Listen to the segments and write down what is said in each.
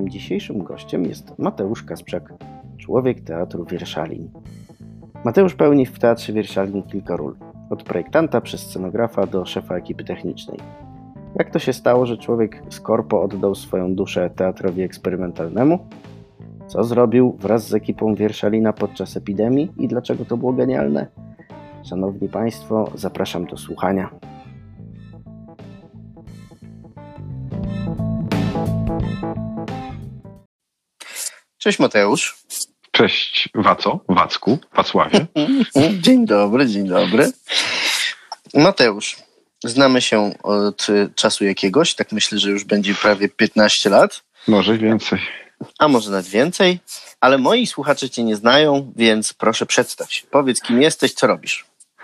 Moim dzisiejszym gościem jest Mateusz Kasprzak, człowiek Teatru Wierszalin. Mateusz pełni w Teatrze Wierszalin kilka ról, od projektanta przez scenografa do szefa ekipy technicznej. Jak to się stało, że człowiek z korpo oddał swoją duszę teatrowi eksperymentalnemu? Co zrobił wraz z ekipą Wierszalina podczas epidemii i dlaczego to było genialne? Szanowni Państwo, zapraszam do słuchania. Cześć Mateusz. Cześć Wacławie. Dzień dobry. Mateusz, znamy się od czasu jakiegoś, tak myślę, że już będzie prawie 15 lat. Może więcej. A może nawet więcej, ale moi słuchacze Cię nie znają, więc proszę przedstaw się. Powiedz, kim jesteś, co robisz.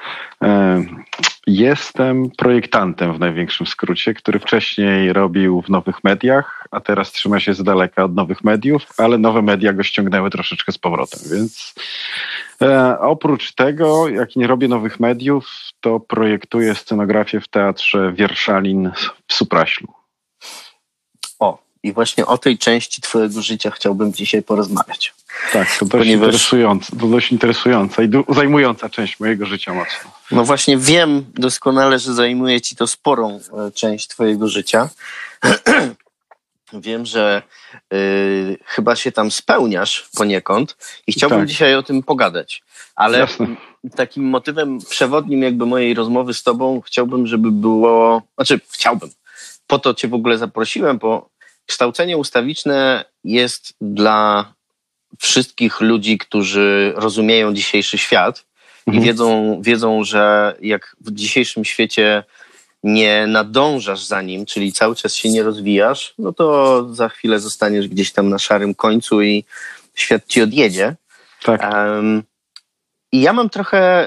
Jestem projektantem w największym skrócie, który wcześniej robił w nowych mediach, a teraz trzyma się z daleka od nowych mediów, ale nowe media go ściągnęły troszeczkę z powrotem, więc oprócz tego, jak nie robię nowych mediów, to projektuję scenografię w Teatrze Wierszalin w Supraślu. I właśnie o tej części Twojego życia chciałbym dzisiaj porozmawiać. Tak, to dość interesująca i zajmująca część mojego życia mocno. No właśnie wiem doskonale, że zajmuje Ci to sporą część Twojego życia. Wiem, że chyba się tam spełniasz poniekąd i chciałbym dzisiaj o tym pogadać. Ale jasne. Takim motywem przewodnim jakby mojej rozmowy z Tobą chciałbym, żeby było... Po to Cię w ogóle zaprosiłem, bo kształcenie ustawiczne jest dla wszystkich ludzi, którzy rozumieją dzisiejszy świat i wiedzą, że jak w dzisiejszym świecie nie nadążasz za nim, czyli cały czas się nie rozwijasz, no to za chwilę zostaniesz gdzieś tam na szarym końcu i świat ci odjedzie. Tak. I ja mam trochę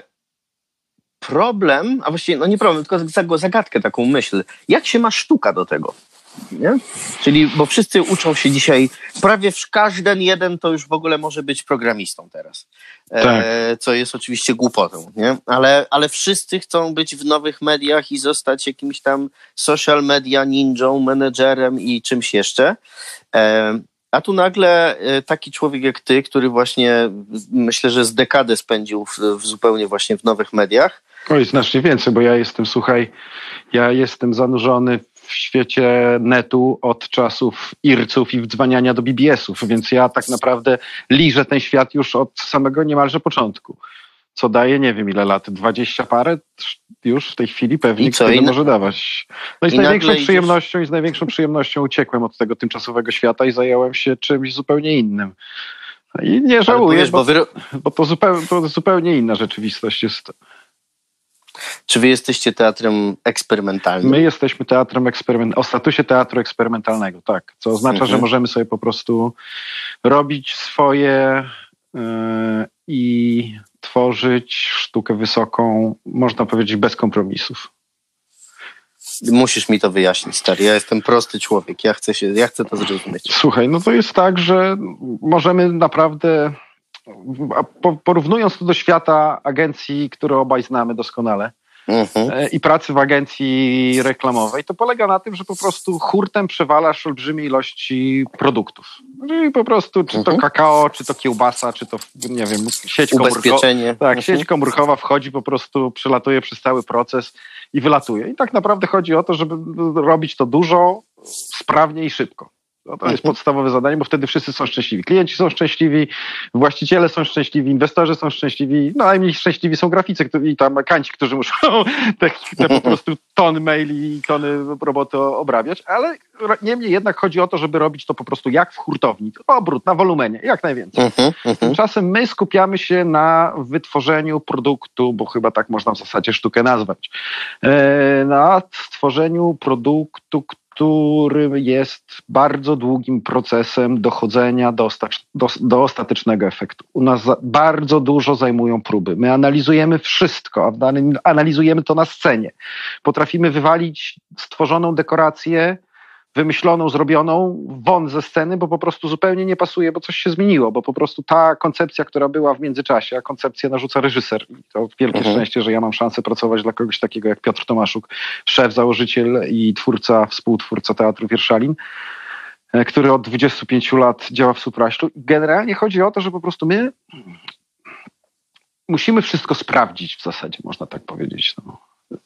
problem, a właściwie nie problem, tylko zagadkę, taką myśl. Jak się ma sztuka do tego? Nie? Czyli, bo wszyscy uczą się dzisiaj, prawie każdy jeden to już w ogóle może być programistą teraz, tak. Co jest oczywiście głupotą, nie? Ale wszyscy chcą być w nowych mediach i zostać jakimś tam social media ninją, menedżerem i czymś jeszcze. A tu nagle taki człowiek jak ty, który właśnie myślę, że z dekadę spędził zupełnie właśnie w nowych mediach. Oj, znacznie więcej, bo ja jestem zanurzony w świecie netu od czasów IRC-ów i wdzwaniania do BBS-ów, więc ja tak naprawdę liżę ten świat już od samego niemalże początku. Co daje, nie wiem ile lat, 20 parę już w tej chwili pewnie który może dawać. No i z największą przyjemnością uciekłem od tego tymczasowego świata i zająłem się czymś zupełnie innym. I nie żałuję, bo to zupełnie inna rzeczywistość jest. Czy wy jesteście teatrem eksperymentalnym? My jesteśmy teatrem o statusie teatru eksperymentalnego, tak. Co oznacza, że możemy sobie po prostu robić swoje i tworzyć sztukę wysoką, można powiedzieć, bez kompromisów. Musisz mi to wyjaśnić, stary. Ja jestem prosty człowiek. Ja chcę to zrozumieć. Słuchaj, no to jest tak, że możemy naprawdę... Porównując to do świata agencji, które obaj znamy doskonale i pracy w agencji reklamowej, to polega na tym, że po prostu hurtem przewalasz olbrzymie ilości produktów. Czyli po prostu czy to kakao, czy to kiełbasa, czy to, nie wiem, sieć komórkowa. Tak, sieć komórkowa wchodzi, po prostu przelatuje przez cały proces i wylatuje. I tak naprawdę chodzi o to, żeby robić to dużo, sprawnie i szybko. No to jest podstawowe zadanie, bo wtedy wszyscy są szczęśliwi. Klienci są szczęśliwi, właściciele są szczęśliwi, inwestorzy są szczęśliwi, najmniej szczęśliwi są graficy i tam akanci, którzy muszą te po prostu tony maili i tony roboty obrabiać, ale niemniej jednak chodzi o to, żeby robić to po prostu jak w hurtowni, obrót na wolumenie, jak najwięcej. Tymczasem my skupiamy się na wytworzeniu produktu, bo chyba tak można w zasadzie sztukę nazwać, na stworzeniu produktu, który jest bardzo długim procesem dochodzenia do ostatecznego efektu. U nas bardzo dużo zajmują próby. My analizujemy wszystko, a analizujemy to na scenie. Potrafimy wywalić stworzoną dekorację, wymyśloną, zrobioną won ze sceny, bo po prostu zupełnie nie pasuje, bo coś się zmieniło, bo po prostu ta koncepcja, która była w międzyczasie, a koncepcję narzuca reżyser. I to wielkie szczęście, że ja mam szansę pracować dla kogoś takiego jak Piotr Tomaszuk, szef, założyciel i współtwórca Teatru Wierszalin. który od 25 lat działa w Supraślu. Generalnie chodzi o to, że po prostu my musimy wszystko sprawdzić w zasadzie, można tak powiedzieć. No.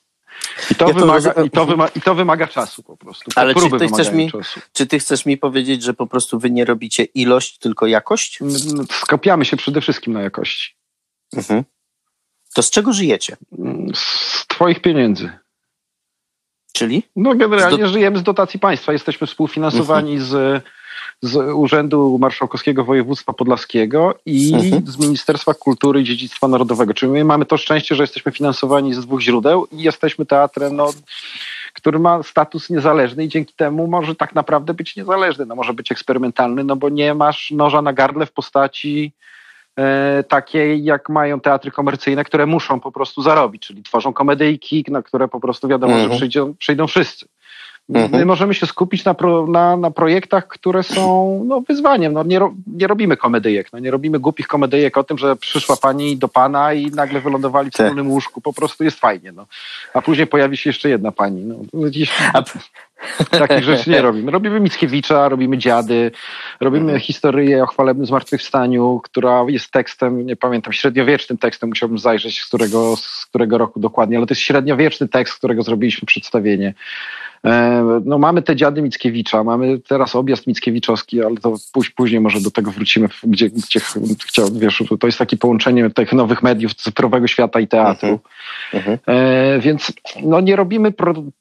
I to wymaga czasu po prostu. Ale czy ty chcesz mi powiedzieć, że po prostu wy nie robicie ilość, tylko jakość? Skupiamy się przede wszystkim na jakości. Mhm. To z czego żyjecie? Z twoich pieniędzy. Czyli? No generalnie żyjemy z dotacji państwa. Jesteśmy współfinansowani z Urzędu Marszałkowskiego Województwa Podlaskiego i z Ministerstwa Kultury i Dziedzictwa Narodowego. Czyli my mamy to szczęście, że jesteśmy finansowani z 2 źródeł i jesteśmy teatrem, który ma status niezależny i dzięki temu może tak naprawdę być niezależny. No, może być eksperymentalny, no bo nie masz noża na gardle w postaci takiej, jak mają teatry komercyjne, które muszą po prostu zarobić, czyli tworzą komedyjki, na które po prostu wiadomo, że przyjdą wszyscy. My możemy się skupić na projektach, które są wyzwaniem. No, nie robimy komedyjek, nie robimy głupich komedyjek o tym, że przyszła pani do pana i nagle wylądowali w wspólnym łóżku. Po prostu jest fajnie. No. A później pojawi się jeszcze jedna pani. No. Takich rzeczy nie robimy. Robimy Mickiewicza, robimy Dziady, robimy historię o chwalebnym zmartwychwstaniu, która jest tekstem, nie pamiętam, średniowiecznym tekstem, musiałbym zajrzeć, z którego roku dokładnie, ale to jest średniowieczny tekst, z którego zrobiliśmy przedstawienie. No, mamy te Dziady Mickiewicza, mamy teraz objazd mickiewiczowski, ale to później może do tego wrócimy, gdzie wiesz, to jest takie połączenie tych nowych mediów, cyfrowego świata i teatru. Więc nie robimy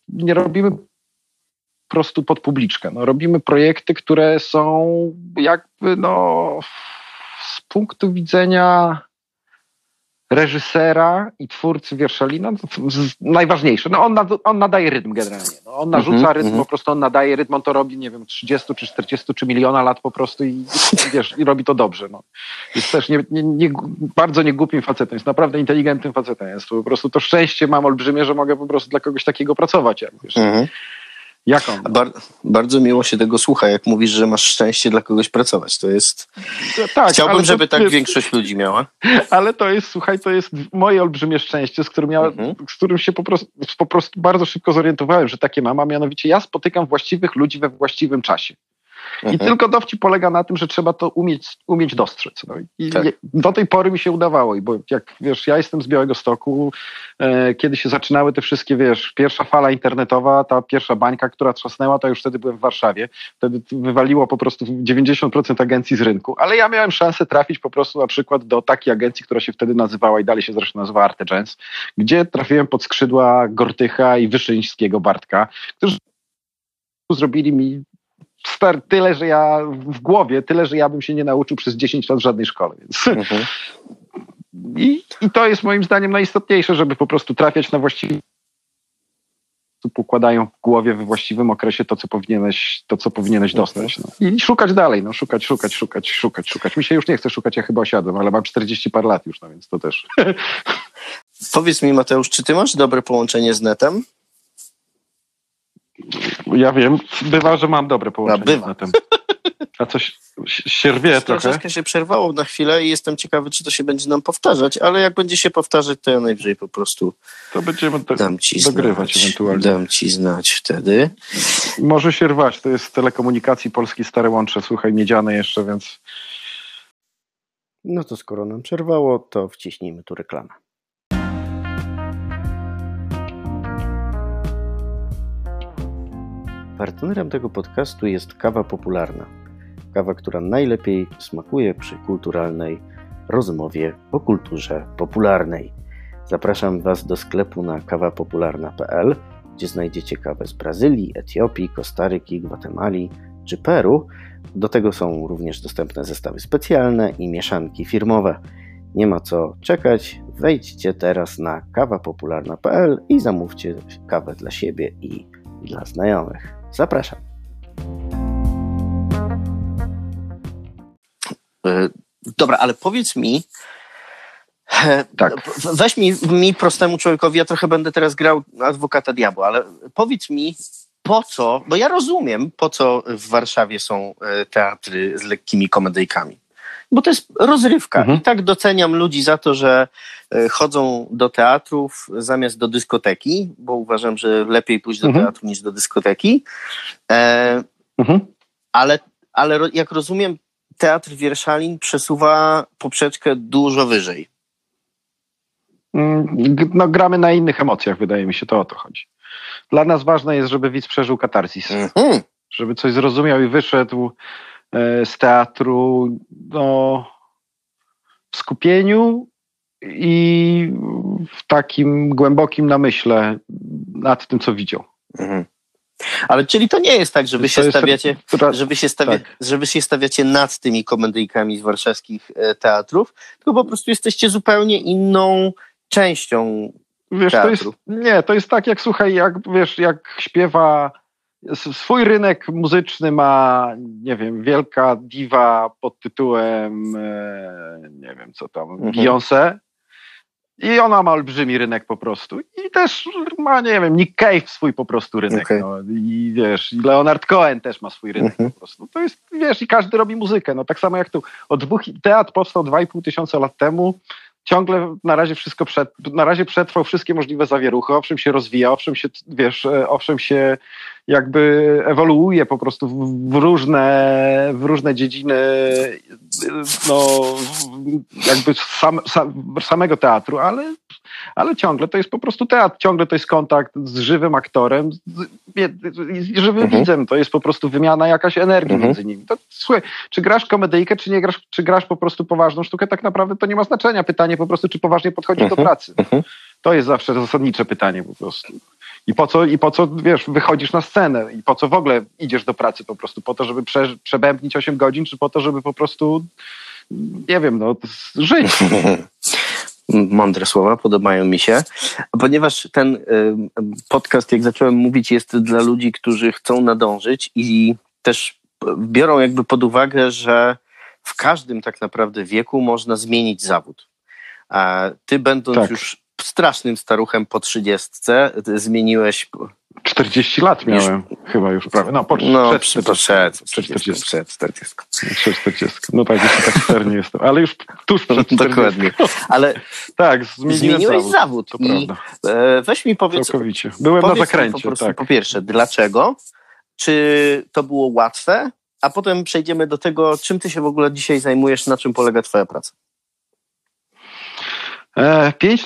po prostu pod publiczkę. No, robimy projekty, które są jakby z punktu widzenia reżysera i twórcy Wierszelina najważniejsze. No, on nadaje rytm generalnie. No, on narzuca rytm, po prostu on nadaje rytm, on to robi, nie wiem, 30 czy 40 czy miliona lat po prostu i wiesz, i robi to dobrze. No. Jest też bardzo niegłupim facetem, jest naprawdę inteligentnym facetem. Jest po prostu to szczęście mam olbrzymie, że mogę po prostu dla kogoś takiego pracować. Jak, wiesz. Jak on? Bardzo miło się tego słucha, jak mówisz, że masz szczęście dla kogoś pracować. To jest... Tak, chciałbym, żeby tak większość ludzi miała. Ale to jest, słuchaj, to jest moje olbrzymie szczęście, z którym się po prostu bardzo szybko zorientowałem, że takie mam, a mianowicie ja spotykam właściwych ludzi we właściwym czasie. I tylko dowcip polega na tym, że trzeba to umieć dostrzec. No. I do tej pory mi się udawało, bo jak wiesz, ja jestem z Białegostoku, kiedy się zaczynały te wszystkie, wiesz, pierwsza fala internetowa, ta pierwsza bańka, która trzasnęła, to już wtedy byłem w Warszawie. Wtedy wywaliło po prostu 90% agencji z rynku, ale ja miałem szansę trafić po prostu na przykład do takiej agencji, która się wtedy nazywała i dalej się zresztą nazywa Artegence, gdzie trafiłem pod skrzydła Gortycha i Wyszyńskiego Bartka, którzy zrobili mi tyle, że ja w głowie, tyle, że ja bym się nie nauczył przez 10 lat w żadnej szkole. Więc. I to jest moim zdaniem najistotniejsze, żeby po prostu trafiać na właściwy układają w głowie we właściwym okresie to, co powinieneś dostać. No. I szukać dalej, szukać. Mi się już nie chce szukać, ja chyba osiadłem, ale mam 40 par lat już, no więc to też. Powiedz mi, Mateusz, czy ty masz dobre połączenie z netem? Ja wiem, bywa, że mam dobre połączenie z netem. A coś się rwie trochę. Troszeczkę się przerwało na chwilę i jestem ciekawy, czy to się będzie nam powtarzać, ale jak będzie się powtarzać, to ja najwyżej po prostu to będziemy dogrywać ewentualnie. Dam ci znać wtedy. Może się rwać, to jest Telekomunikacji Polskiej Stare Łącze, słuchaj, miedziane jeszcze, więc... No to skoro nam przerwało, to wciśnijmy tu reklamę. Partnerem tego podcastu jest Kawa Popularna. Kawa, która najlepiej smakuje przy kulturalnej rozmowie o kulturze popularnej. Zapraszam Was do sklepu na kawapopularna.pl, gdzie znajdziecie kawę z Brazylii, Etiopii, Kostaryki, Gwatemali czy Peru. Do tego są również dostępne zestawy specjalne i mieszanki firmowe. Nie ma co czekać, wejdźcie teraz na kawapopularna.pl i zamówcie kawę dla siebie i dla znajomych. Zapraszam. Dobra, ale powiedz mi, tak. Weź mi prostemu człowiekowi, ja trochę będę teraz grał adwokata diabła, ale powiedz mi, po co, bo ja rozumiem, po co w Warszawie są teatry z lekkimi komedyjkami. Bo to jest rozrywka. I tak doceniam ludzi za to, że chodzą do teatrów zamiast do dyskoteki, bo uważam, że lepiej pójść do teatru niż do dyskoteki. ale jak rozumiem, Teatr Wierszalin przesuwa poprzeczkę dużo wyżej. No, gramy na innych emocjach, wydaje mi się, to o to chodzi. Dla nas ważne jest, żeby widz przeżył katarzis. Żeby coś zrozumiał i wyszedł z teatru w skupieniu i w takim głębokim namyśle nad tym, co widział. Ale czyli to nie jest tak, że wy się stawiacie, że wy się stawiacie nad tymi komedyjkami z warszawskich teatrów, tylko po prostu jesteście zupełnie inną częścią teatru. To jest tak, jak śpiewa, swój rynek muzyczny ma, nie wiem, wielka diwa pod tytułem, nie wiem co tam, Beyoncé. I ona ma olbrzymi rynek po prostu. I też ma, nie wiem, Nick Cave swój po prostu rynek. Okay. No. I Leonard Cohen też ma swój rynek po prostu. To jest, i każdy robi muzykę. No tak samo jak tu. Teatr powstał 2,5 lat temu. Ciągle na razie przetrwał wszystkie możliwe zawieruchy. Owszem się rozwija, owszem się jakby ewoluuje po prostu w różne dziedziny jakby samego teatru, ale ciągle to jest po prostu teatr, ciągle to jest kontakt z żywym aktorem, z żywym widzem, to jest po prostu wymiana jakaś energii między nimi. To, słuchaj, czy grasz komedyjkę, czy nie grasz, czy grasz po prostu poważną sztukę, tak naprawdę to nie ma znaczenia. Pytanie po prostu, czy poważnie podchodzisz do pracy. To jest zawsze zasadnicze pytanie po prostu. I po co wychodzisz na scenę? I po co w ogóle idziesz do pracy po prostu? Po to, żeby przebębnić 8 godzin, czy po to, żeby po prostu, nie wiem, żyć? Mądre słowa, podobają mi się. Ponieważ ten podcast, jak zacząłem mówić, jest dla ludzi, którzy chcą nadążyć i też biorą jakby pod uwagę, że w każdym tak naprawdę wieku można zmienić zawód. A ty będąc już strasznym staruchem po 30, zmieniłeś... 40 lat miałem chyba już prawie. Przed 40. No tak, jeszcze tak sternie jestem. Ale już tuż przed 40. Dokładnie. Ale tak, zmieniłeś zawód. To i weź mi powiedz... Całkowicie. Byłem na zakręcie. Po pierwsze, dlaczego? Czy to było łatwe? A potem przejdziemy do tego, czym ty się w ogóle dzisiaj zajmujesz, na czym polega twoja praca? 5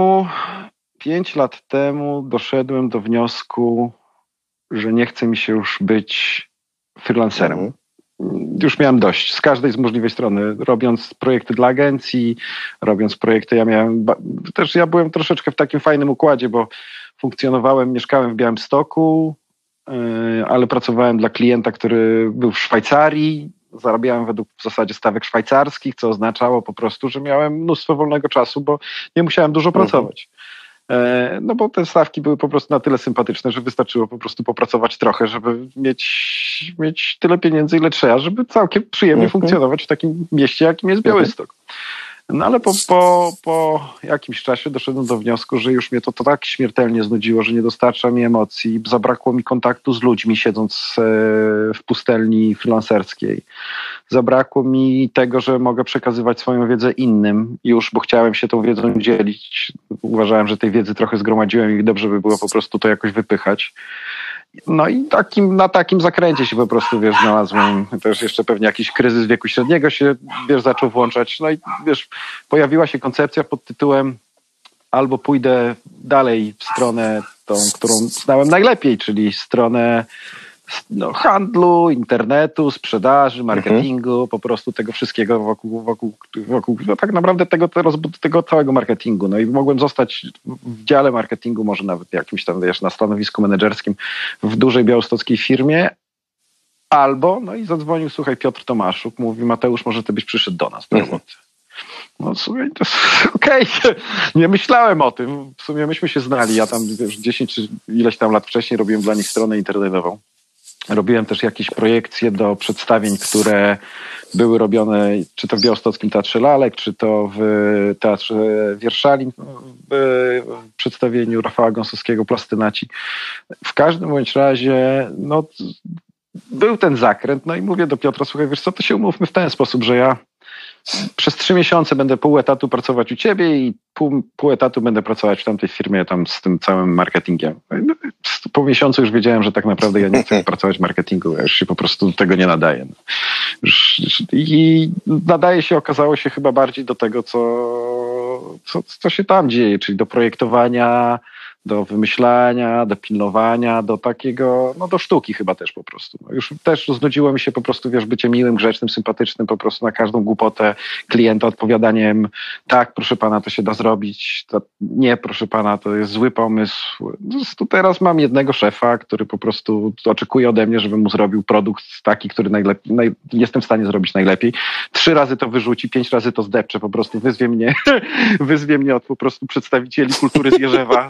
lat temu doszedłem do wniosku, że nie chce mi się już być freelancerem. Już miałem dość z każdej z możliwej strony. Robiąc projekty dla agencji, robiąc projekty, ja byłem troszeczkę w takim fajnym układzie, bo mieszkałem w Białymstoku, ale pracowałem dla klienta, który był w Szwajcarii. Zarabiałem według w zasadzie stawek szwajcarskich, co oznaczało po prostu, że miałem mnóstwo wolnego czasu, bo nie musiałem dużo pracować. No bo te stawki były po prostu na tyle sympatyczne, że wystarczyło po prostu popracować trochę, żeby mieć tyle pieniędzy, ile trzeba, żeby całkiem przyjemnie funkcjonować w takim mieście, jakim jest Białystok. No ale po jakimś czasie doszedłem do wniosku, że już mnie to tak śmiertelnie znudziło, że nie dostarcza mi emocji, zabrakło mi kontaktu z ludźmi, siedząc w pustelni freelancerskiej. Zabrakło mi tego, że mogę przekazywać swoją wiedzę innym już, bo chciałem się tą wiedzą dzielić. Uważałem, że tej wiedzy trochę zgromadziłem i dobrze by było po prostu to jakoś wypychać. No i na takim zakręcie się po prostu, znalazłem. Też jeszcze pewnie jakiś kryzys wieku średniego się, zaczął włączać. No i pojawiła się koncepcja pod tytułem albo pójdę dalej w stronę tą, którą znałem najlepiej, czyli stronę handlu, internetu, sprzedaży, marketingu, po prostu tego wszystkiego wokół tak naprawdę tego całego marketingu. No i mogłem zostać w dziale marketingu, może nawet jakimś tam, na stanowisku menedżerskim w dużej białostockiej firmie, albo, i zadzwonił, słuchaj, Piotr Tomaszuk, mówi, Mateusz, może ty byś przyszedł do nas do roboty. No słuchaj, to okej. Nie myślałem o tym. W sumie myśmy się znali. Ja tam już 10 czy ileś tam lat wcześniej robiłem dla nich stronę internetową. Robiłem też jakieś projekcje do przedstawień, które były robione czy to w Białostockim Teatrze Lalek, czy to w Teatrze Wierszalin, w przedstawieniu Rafała Gąsowskiego Plastynaci. W każdym bądź razie był ten zakręt, i mówię do Piotra, słuchaj, wiesz co, to się umówmy w ten sposób, że ja przez 3 miesiące będę pół etatu pracować u ciebie i pół etatu będę pracować w tamtej firmie tam z tym całym marketingiem. Po miesiącu już wiedziałem, że tak naprawdę ja nie chcę pracować w marketingu, ja już się po prostu do tego nie nadaję. I nadaje się, okazało się chyba bardziej do tego, co się tam dzieje, czyli do projektowania, do wymyślania, do pilnowania, do takiego, do sztuki chyba też po prostu. Już też znudziło mi się po prostu, bycie miłym, grzecznym, sympatycznym, po prostu na każdą głupotę klienta odpowiadaniem, tak, proszę pana, to się da zrobić, nie, proszę pana, to jest zły pomysł. Tu teraz mam jednego szefa, który po prostu oczekuje ode mnie, żebym mu zrobił produkt taki, który jestem w stanie zrobić najlepiej. 3 razy to wyrzuci, 5 razy to zdepcze, po prostu wyzwie mnie od po prostu przedstawicieli kultury z Jerzewa,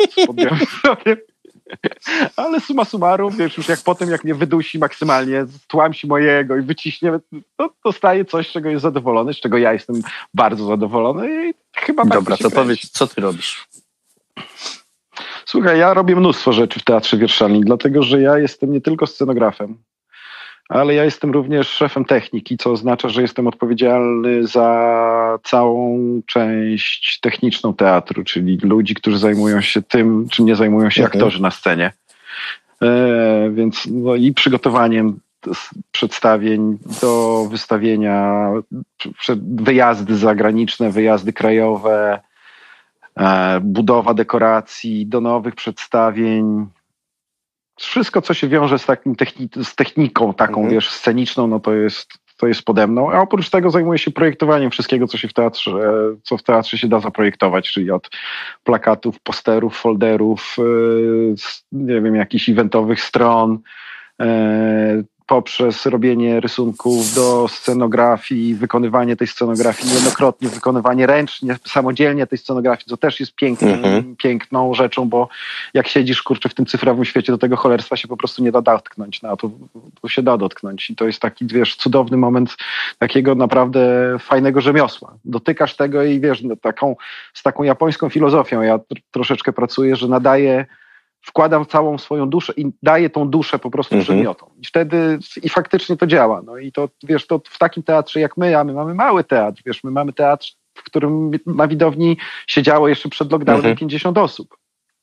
ale summa summarum, już jak mnie wydusi maksymalnie, stłamsi mojego i wyciśnie, to dostaje coś, z czego jest zadowolony, z czego ja jestem bardzo zadowolony i chyba tak. Dobra, to powiedz, co ty robisz? Słuchaj, ja robię mnóstwo rzeczy w Teatrze Wierszalni, dlatego że ja jestem nie tylko scenografem, ale ja jestem również szefem techniki, co oznacza, że jestem odpowiedzialny za całą część techniczną teatru, czyli ludzi, którzy zajmują się tym, czym nie zajmują się aktorzy na scenie. Więc i przygotowaniem przedstawień do wystawienia, wyjazdy zagraniczne, wyjazdy krajowe, budowa dekoracji do nowych przedstawień. Wszystko, co się wiąże z techniką taką, sceniczną, to jest pode mną. A oprócz tego zajmuję się projektowaniem wszystkiego, co w teatrze się da zaprojektować, czyli od plakatów, posterów, folderów, nie wiem, jakichś eventowych stron, poprzez robienie rysunków do scenografii, wykonywanie tej scenografii niejednokrotnie, wykonywanie ręcznie, samodzielnie tej scenografii, co też jest piękną rzeczą, bo jak siedzisz, w tym cyfrowym świecie, do tego cholerstwa się po prostu nie da dotknąć, a tu się da dotknąć i to jest taki, cudowny moment takiego naprawdę fajnego rzemiosła. Dotykasz tego i z taką japońską filozofią ja troszeczkę pracuję, że wkładam całą swoją duszę i daję tą duszę po prostu przedmiotom. I wtedy faktycznie to działa. I to w takim teatrze jak my, a my mamy mały teatr, my mamy teatr, w którym na widowni siedziało jeszcze przed lockdownem 50 osób.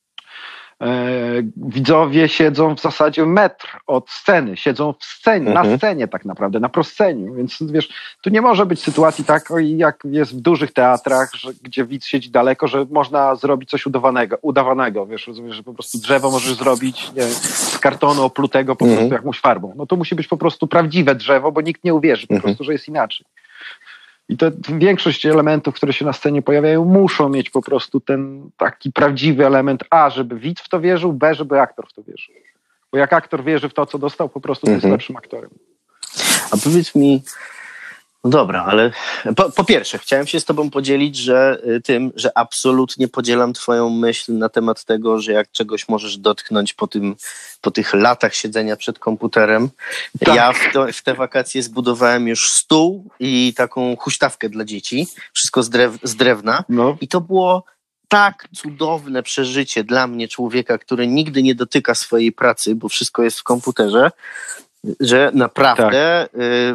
Widzowie siedzą w zasadzie metr od sceny, siedzą w scenie, na scenie tak naprawdę, na prosceniu, więc tu nie może być sytuacji takiej, jak jest w dużych teatrach, gdzie widz siedzi daleko, że można zrobić coś udawanego, rozumiesz, że po prostu drzewo możesz zrobić z kartonu oplutego po prostu jakąś farbą. To musi być po prostu prawdziwe drzewo, bo nikt nie uwierzy po prostu, że jest inaczej. I to większość elementów, które się na scenie pojawiają, muszą mieć po prostu ten taki prawdziwy element A, żeby widz w to wierzył, B, żeby aktor w to wierzył. Bo jak aktor wierzy w to, co dostał, po prostu to jest lepszym aktorem. A powiedz mi, dobra, ale po pierwsze chciałem się z tobą podzielić że absolutnie podzielam twoją myśl na temat tego, że jak czegoś możesz dotknąć po tych latach siedzenia przed komputerem. Tak. Ja w te wakacje zbudowałem już stół i taką huśtawkę dla dzieci. Wszystko z drewna. I to było tak cudowne przeżycie dla mnie, człowieka, który nigdy nie dotyka swojej pracy, bo wszystko jest w komputerze, że naprawdę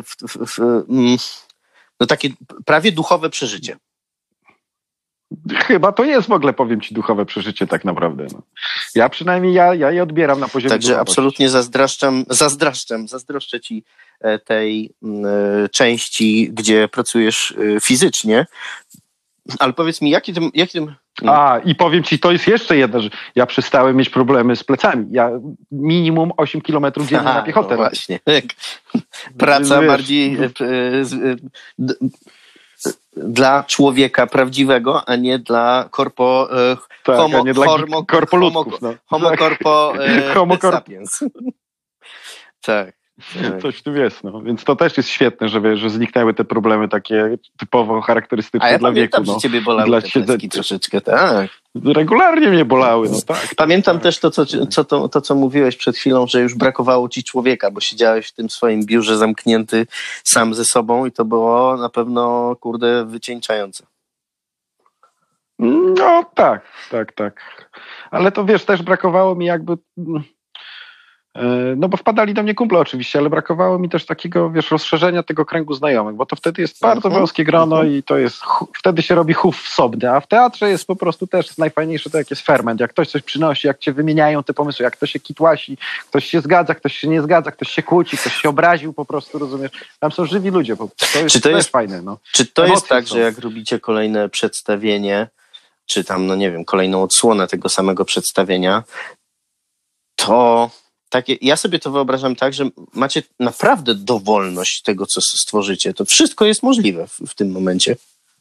takie prawie duchowe przeżycie. Chyba to jest w ogóle, powiem ci, duchowe przeżycie tak naprawdę. Ja przynajmniej ja je odbieram na poziomie Także duchowości. Absolutnie zazdroszczę ci tej części, gdzie pracujesz fizycznie, ale powiedz mi, jaki tym... I powiem ci, to jest jeszcze jedna rzecz. Ja przestałem mieć problemy z plecami. Ja minimum 8 kilometrów dziennie na piechotę. Właśnie. Praca bardziej dla człowieka prawdziwego, a nie dla homo sapiens. Tak. Coś w tym jest, Więc to też jest świetne, że zniknęły te problemy takie typowo charakterystyczne dla wieku. Pamiętam, że ciebie bolały te plecki troszeczkę, tak. Regularnie mnie bolały, tak. Pamiętam też to, co mówiłeś przed chwilą, że już brakowało ci człowieka, bo siedziałeś w tym swoim biurze zamknięty sam ze sobą i to było na pewno, wycieńczające. Tak. Ale to też brakowało mi No bo wpadali do mnie kumple oczywiście, ale brakowało mi też takiego, wiesz, rozszerzenia tego kręgu znajomych, bo to wtedy jest bardzo wąskie grono i to jest, wtedy się robi chów wsobny, a w teatrze jest po prostu też najfajniejsze to, jak jest ferment, jak ktoś coś przynosi, jak cię wymieniają te pomysły, jak ktoś się kitłasi, ktoś się zgadza, ktoś się nie zgadza, ktoś się kłóci, ktoś się obraził po prostu, rozumiesz? Tam są żywi ludzie, to jest fajne. No. Czy to jest tak, że jak robicie kolejne przedstawienie, czy tam, no nie wiem, kolejną odsłonę tego samego przedstawienia, to ja sobie to wyobrażam tak, że macie naprawdę dowolność tego, co stworzycie. To wszystko jest możliwe w tym momencie.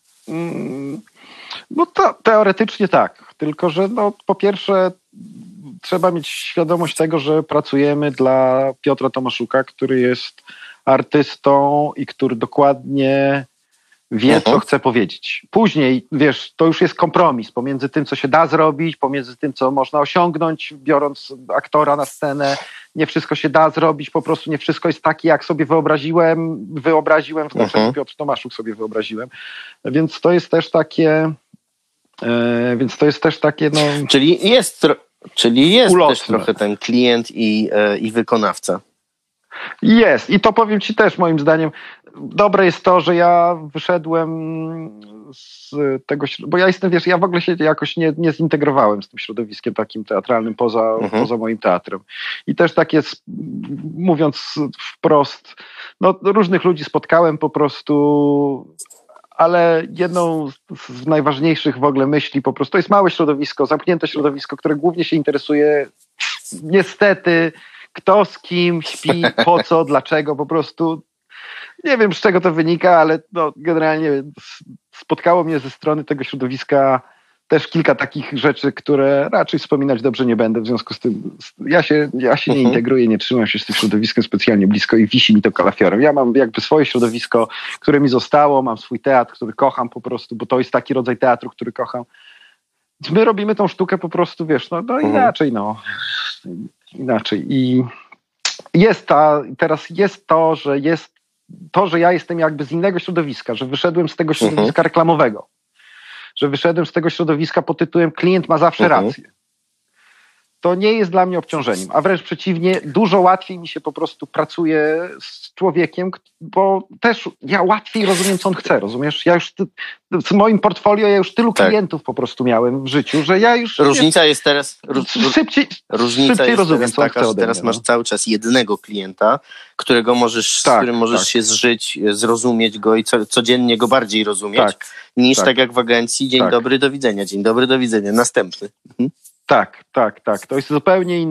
No to teoretycznie tak, tylko że no, po pierwsze trzeba mieć świadomość tego, że pracujemy dla Piotra Tomaszuka, który jest artystą i który dokładnie wie, co chce powiedzieć. Później, wiesz, to już jest kompromis pomiędzy tym, co się da zrobić, pomiędzy tym, co można osiągnąć, biorąc aktora na scenę. Nie wszystko się da zrobić, po prostu nie wszystko jest takie, jak sobie wyobraziłem w znaczeniu Piotr Tomaszuk sobie wyobraziłem. Więc to jest też takie no... Czyli jest też trochę ten klient i wykonawca. Jest. I to powiem ci też, moim zdaniem, dobre jest to, że ja wyszedłem z tego, bo ja jestem, wiesz, ja w ogóle się jakoś nie zintegrowałem z tym środowiskiem takim teatralnym poza moim teatrem. I też tak jest, mówiąc wprost, no różnych ludzi spotkałem po prostu, ale jedną z najważniejszych w ogóle myśli po prostu, to jest małe środowisko, zamknięte środowisko, które głównie się interesuje niestety kto z kim śpi, po co, dlaczego, po prostu nie wiem, z czego to wynika, ale no, generalnie spotkało mnie ze strony tego środowiska też kilka takich rzeczy, które raczej wspominać dobrze nie będę, w związku z tym ja się nie integruję, nie trzymam się z tym środowiskiem specjalnie blisko i wisi mi to kalafiorem. Ja mam jakby swoje środowisko, które mi zostało, mam swój teatr, który kocham po prostu, bo to jest taki rodzaj teatru, który kocham. My robimy tą sztukę po prostu, wiesz, no inaczej. I teraz jest to, że ja jestem jakby z innego środowiska, że wyszedłem z tego środowiska reklamowego, że wyszedłem z tego środowiska pod tytułem klient ma zawsze rację. To nie jest dla mnie obciążeniem, a wręcz przeciwnie, dużo łatwiej mi się po prostu pracuje z człowiekiem, bo też ja łatwiej rozumiem, co on chce, rozumiesz? Ja już w moim portfolio ja już tylu klientów po prostu miałem w życiu, że ja już... Różnica jest teraz... Szybciej rozumiem, co on chce ode mnie. Teraz masz cały czas jednego klienta, z którym możesz się zżyć, zrozumieć go i codziennie go bardziej rozumieć, niż tak jak w agencji, dzień dobry, do widzenia, następny. Tak. To jest zupełnie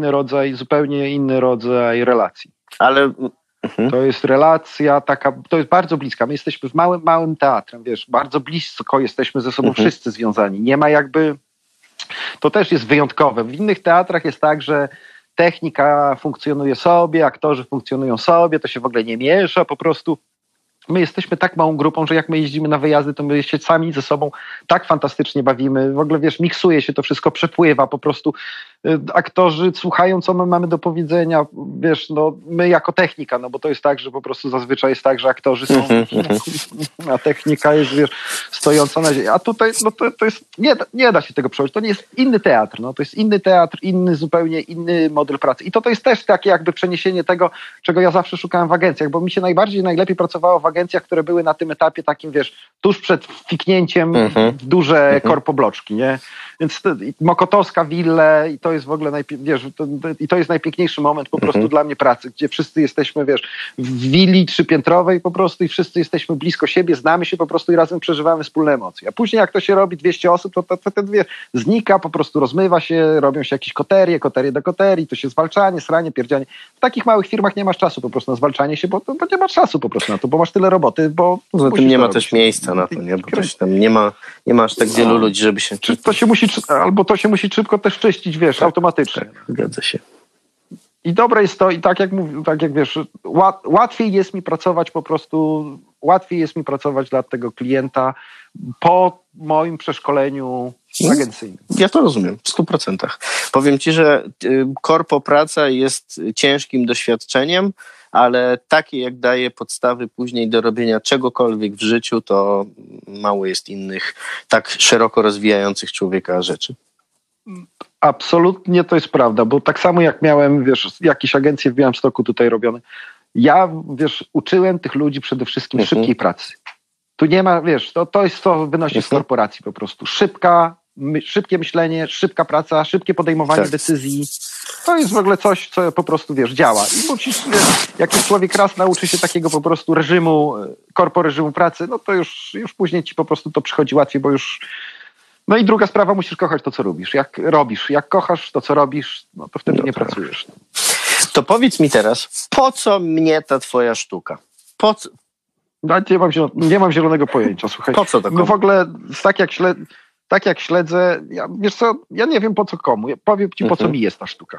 inny rodzaj relacji. Ale... To jest relacja taka, to jest bardzo bliska. My jesteśmy w małym teatrem, wiesz, bardzo blisko jesteśmy ze sobą wszyscy związani. Nie ma jakby... To też jest wyjątkowe. W innych teatrach jest tak, że technika funkcjonuje sobie, aktorzy funkcjonują sobie, to się w ogóle nie miesza, po prostu... My jesteśmy tak małą grupą, że jak my jeździmy na wyjazdy, to my się sami ze sobą tak fantastycznie bawimy. W ogóle, wiesz, miksuje się to wszystko, przepływa po prostu. Aktorzy słuchają, co my mamy do powiedzenia. Wiesz, no my jako technika, no bo to jest tak, że po prostu zazwyczaj jest tak, że aktorzy są, a technika jest, wiesz, stojąca na ziemi. A tutaj, no to jest, nie da się tego przełożyć. To nie jest inny teatr, no to jest inny teatr, zupełnie inny model pracy. I to jest też takie jakby przeniesienie tego, czego ja zawsze szukałem w agencjach, bo mi się najlepiej pracowało w agencjach, które były na tym etapie takim, wiesz, tuż przed wfiknięciem w duże korpobloczki, nie? Więc Mokotowska, Wille i to jest w ogóle to jest najpiękniejszy moment po prostu dla mnie pracy, gdzie wszyscy jesteśmy, wiesz, w willi trzypiętrowej po prostu i wszyscy jesteśmy blisko siebie, znamy się po prostu i razem przeżywamy wspólne emocje. A później jak to się robi 200 osób, to wiesz, znika, po prostu rozmywa się, robią się jakieś koterie do koterii, to się zwalczanie, sranie, pierdzianie. W takich małych firmach nie masz czasu po prostu na zwalczanie się, bo nie masz czasu po prostu na to, bo masz tyle roboty, bo... Poza tym nie ma też miejsca na to, nie? Bo tam nie ma aż tak wielu ludzi, żeby się... To się musi szybko też czyścić, wiesz, automatycznie. Tak, zgadza się. I dobre jest to, i tak jak wiesz, łatwiej jest mi pracować po prostu, dla tego klienta po moim przeszkoleniu agencyjnym. Ja to rozumiem, w 100%. Powiem ci, że korpo praca jest ciężkim doświadczeniem, ale takie jak daje podstawy później do robienia czegokolwiek w życiu, to mało jest innych tak szeroko rozwijających człowieka rzeczy. Absolutnie to jest prawda, bo tak samo jak miałem, jakieś agencje w Białymstoku tutaj robione, ja, uczyłem tych ludzi przede wszystkim szybkiej pracy. Tu nie ma, to jest co wynosi z korporacji po prostu. Szybkie myślenie, szybka praca, szybkie podejmowanie decyzji. To jest w ogóle coś, co po prostu, działa. I musisz, jak już człowiek raz nauczy się takiego po prostu reżimu pracy, no to już później ci po prostu to przychodzi łatwiej, bo już... No i druga sprawa, musisz kochać to, co robisz. Jak kochasz to, co robisz, no to wtedy nie pracujesz. To powiedz mi teraz, po co mnie ta twoja sztuka? Po co? No, nie mam zielonego pojęcia, słuchaj. Po co to komu? No w ogóle, tak jak śledzę, ja nie wiem po co komu. Powiem ci, po co mi jest ta sztuka.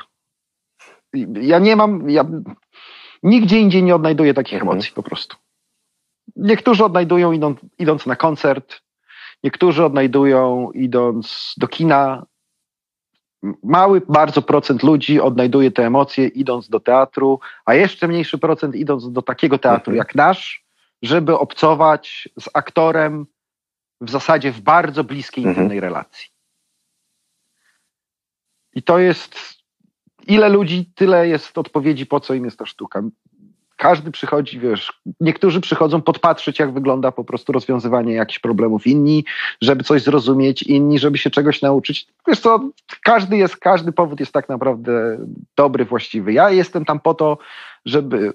Nigdzie indziej nie odnajduję takich emocji po prostu. Niektórzy odnajdują idąc na koncert, niektórzy odnajdują idąc do kina. Mały bardzo procent ludzi odnajduje te emocje idąc do teatru, a jeszcze mniejszy procent idąc do takiego teatru jak nasz, żeby obcować z aktorem w zasadzie w bardzo bliskiej, intymnej relacji. I to jest... Ile ludzi, tyle jest odpowiedzi, po co im jest ta sztuka. Każdy przychodzi, niektórzy przychodzą podpatrzeć, jak wygląda po prostu rozwiązywanie jakichś problemów, inni, żeby coś zrozumieć, inni, żeby się czegoś nauczyć. Każdy powód jest tak naprawdę dobry, właściwy. Ja jestem tam po to, żeby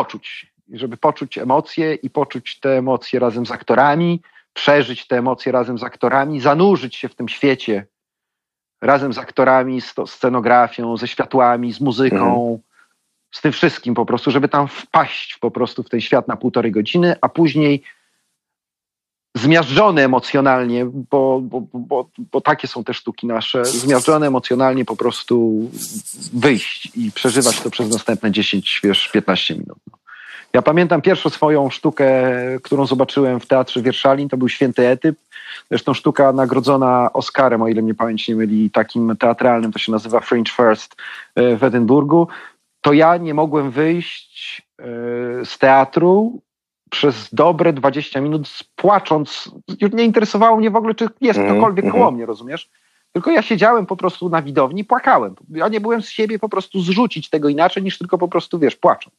poczuć emocje i poczuć te emocje razem z aktorami, przeżyć te emocje razem z aktorami, zanurzyć się w tym świecie razem z aktorami, z scenografią, ze światłami, z muzyką, z tym wszystkim po prostu, żeby tam wpaść po prostu w ten świat na 1,5 godziny, a później zmiażdżony emocjonalnie, bo takie są te sztuki nasze, zmiażdżone emocjonalnie po prostu wyjść i przeżywać to przez następne 10-15 minut. Ja pamiętam pierwszą swoją sztukę, którą zobaczyłem w Teatrze Wierszalin, to był Święty Etyp. Zresztą sztuka nagrodzona Oscarem, o ile mnie pamięć nie myli, takim teatralnym, to się nazywa Fringe First w Edynburgu. To ja nie mogłem wyjść z teatru przez dobre 20 minut płacząc. Już nie interesowało mnie w ogóle, czy jest ktokolwiek koło mnie, rozumiesz? Tylko ja siedziałem po prostu na widowni i płakałem. Ja nie byłem z siebie po prostu zrzucić tego inaczej, niż tylko po prostu, płacząc.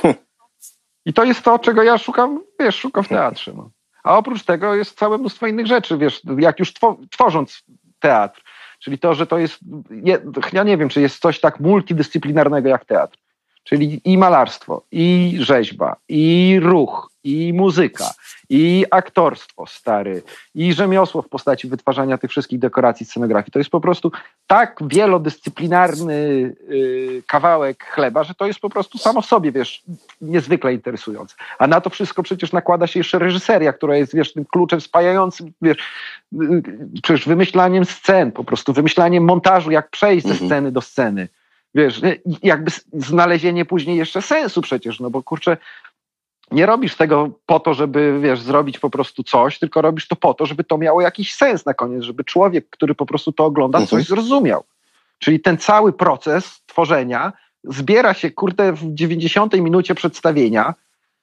I to jest to, czego ja szukam w teatrze. No. A oprócz tego jest całe mnóstwo innych rzeczy, jak już tworząc teatr. Czyli to, że to jest, ja nie wiem, czy jest coś tak multidyscyplinarnego jak teatr. Czyli i malarstwo, i rzeźba, i ruch, i muzyka, i aktorstwo stary, i rzemiosło w postaci wytwarzania tych wszystkich dekoracji, scenografii. To jest po prostu tak wielodyscyplinarny kawałek chleba, że to jest po prostu samo w sobie, niezwykle interesujące. A na to wszystko przecież nakłada się jeszcze reżyseria, która jest, tym kluczem spajającym, przecież wymyślaniem scen, po prostu wymyślaniem montażu, jak przejść ze sceny do sceny. Jakby znalezienie później jeszcze sensu przecież, no bo kurczę, nie robisz tego po to, żeby, zrobić po prostu coś, tylko robisz to po to, żeby to miało jakiś sens na koniec, żeby człowiek, który po prostu to ogląda, coś zrozumiał. Czyli ten cały proces tworzenia zbiera się, w 90 minucie przedstawienia,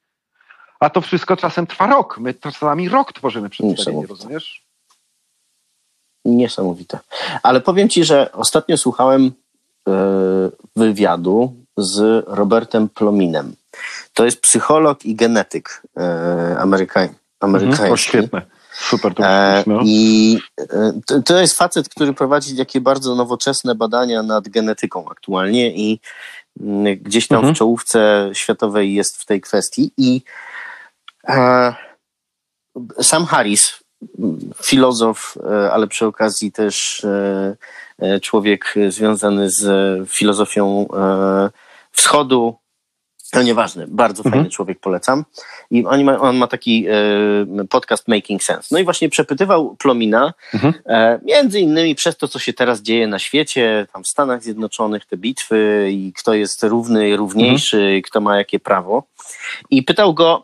a to wszystko czasem trwa rok. My czasami rok tworzymy przedstawienie, rozumiesz? Niesamowite. Ale powiem ci, że ostatnio słuchałem wywiadu z Robertem Plominem. To jest psycholog i genetyk amerykański. O, świetne. Super to I to jest facet, który prowadzi takie bardzo nowoczesne badania nad genetyką aktualnie i gdzieś tam w czołówce światowej jest w tej kwestii. I Sam Harris, filozof, ale przy okazji też człowiek związany z filozofią wschodu, no nieważne, bardzo fajny człowiek, polecam. I on ma taki podcast Making Sense. No i właśnie przepytywał Plomina, między innymi przez to, co się teraz dzieje na świecie, tam w Stanach Zjednoczonych, te bitwy i kto jest równy, równiejszy, kto ma jakie prawo. I pytał go,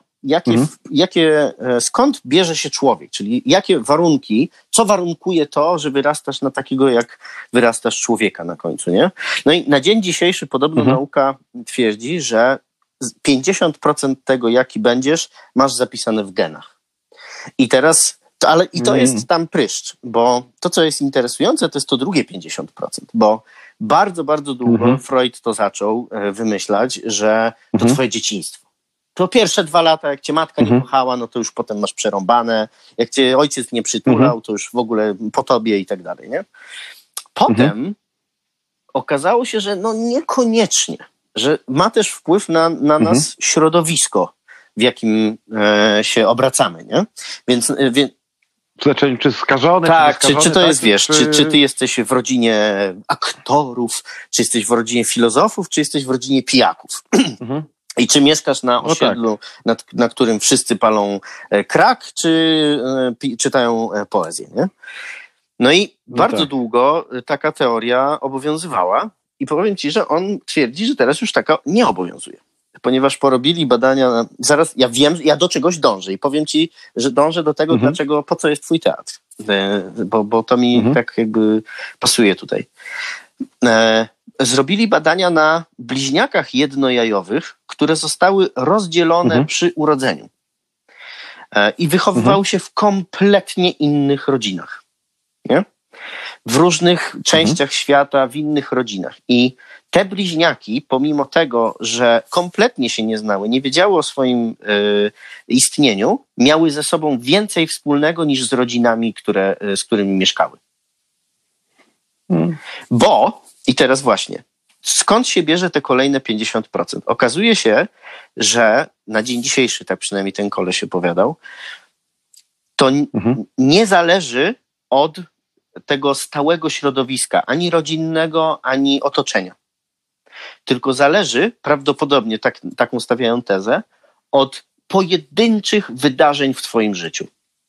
skąd bierze się człowiek, czyli jakie warunki, co warunkuje to, że wyrastasz na takiego, jak wyrastasz człowieka na końcu, nie? No i na dzień dzisiejszy podobno nauka twierdzi, że 50% tego, jaki będziesz, masz zapisane w genach. I teraz Ale i to jest tam pryszcz, bo to, co jest interesujące, to jest to drugie 50%, bo bardzo, bardzo długo Freud to zaczął wymyślać, że to twoje dzieciństwo. To pierwsze 2 lata, jak cię matka nie kochała, no to już potem masz przerąbane. Jak cię ojciec nie przytulał, to już w ogóle po tobie i tak dalej, nie? Potem okazało się, że no niekoniecznie, że ma też wpływ na nas środowisko, w jakim się obracamy, nie? Więc znaczy, czy skażony, tak, czy czy to tak, jest, wiesz, czy ty jesteś w rodzinie aktorów, czy jesteś w rodzinie filozofów, czy jesteś w rodzinie pijaków? I czy mieszkasz na osiedlu, na którym wszyscy palą crack, czy czytają poezję, nie? No i bardzo długo taka teoria obowiązywała i powiem ci, że on twierdzi, że teraz już taka nie obowiązuje. Ponieważ porobili badania, zaraz ja wiem, ja do czegoś dążę i powiem ci, że dążę do tego, dlaczego, po co jest twój teatr, bo to mi tak jakby pasuje tutaj. Zrobili badania na bliźniakach jednojajowych, które zostały rozdzielone przy urodzeniu i wychowywały się w kompletnie innych rodzinach, nie? W różnych częściach świata, w innych rodzinach. I te bliźniaki, pomimo tego, że kompletnie się nie znały, nie wiedziały o swoim istnieniu, miały ze sobą więcej wspólnego niż z rodzinami, z którymi mieszkały. Bo, i teraz właśnie, skąd się bierze te kolejne 50%? Okazuje się, że na dzień dzisiejszy, tak przynajmniej ten koleś opowiadał, to nie zależy od tego stałego środowiska, ani rodzinnego, ani otoczenia. Tylko zależy, prawdopodobnie, taką stawiają tezę, od pojedynczych wydarzeń w twoim życiu.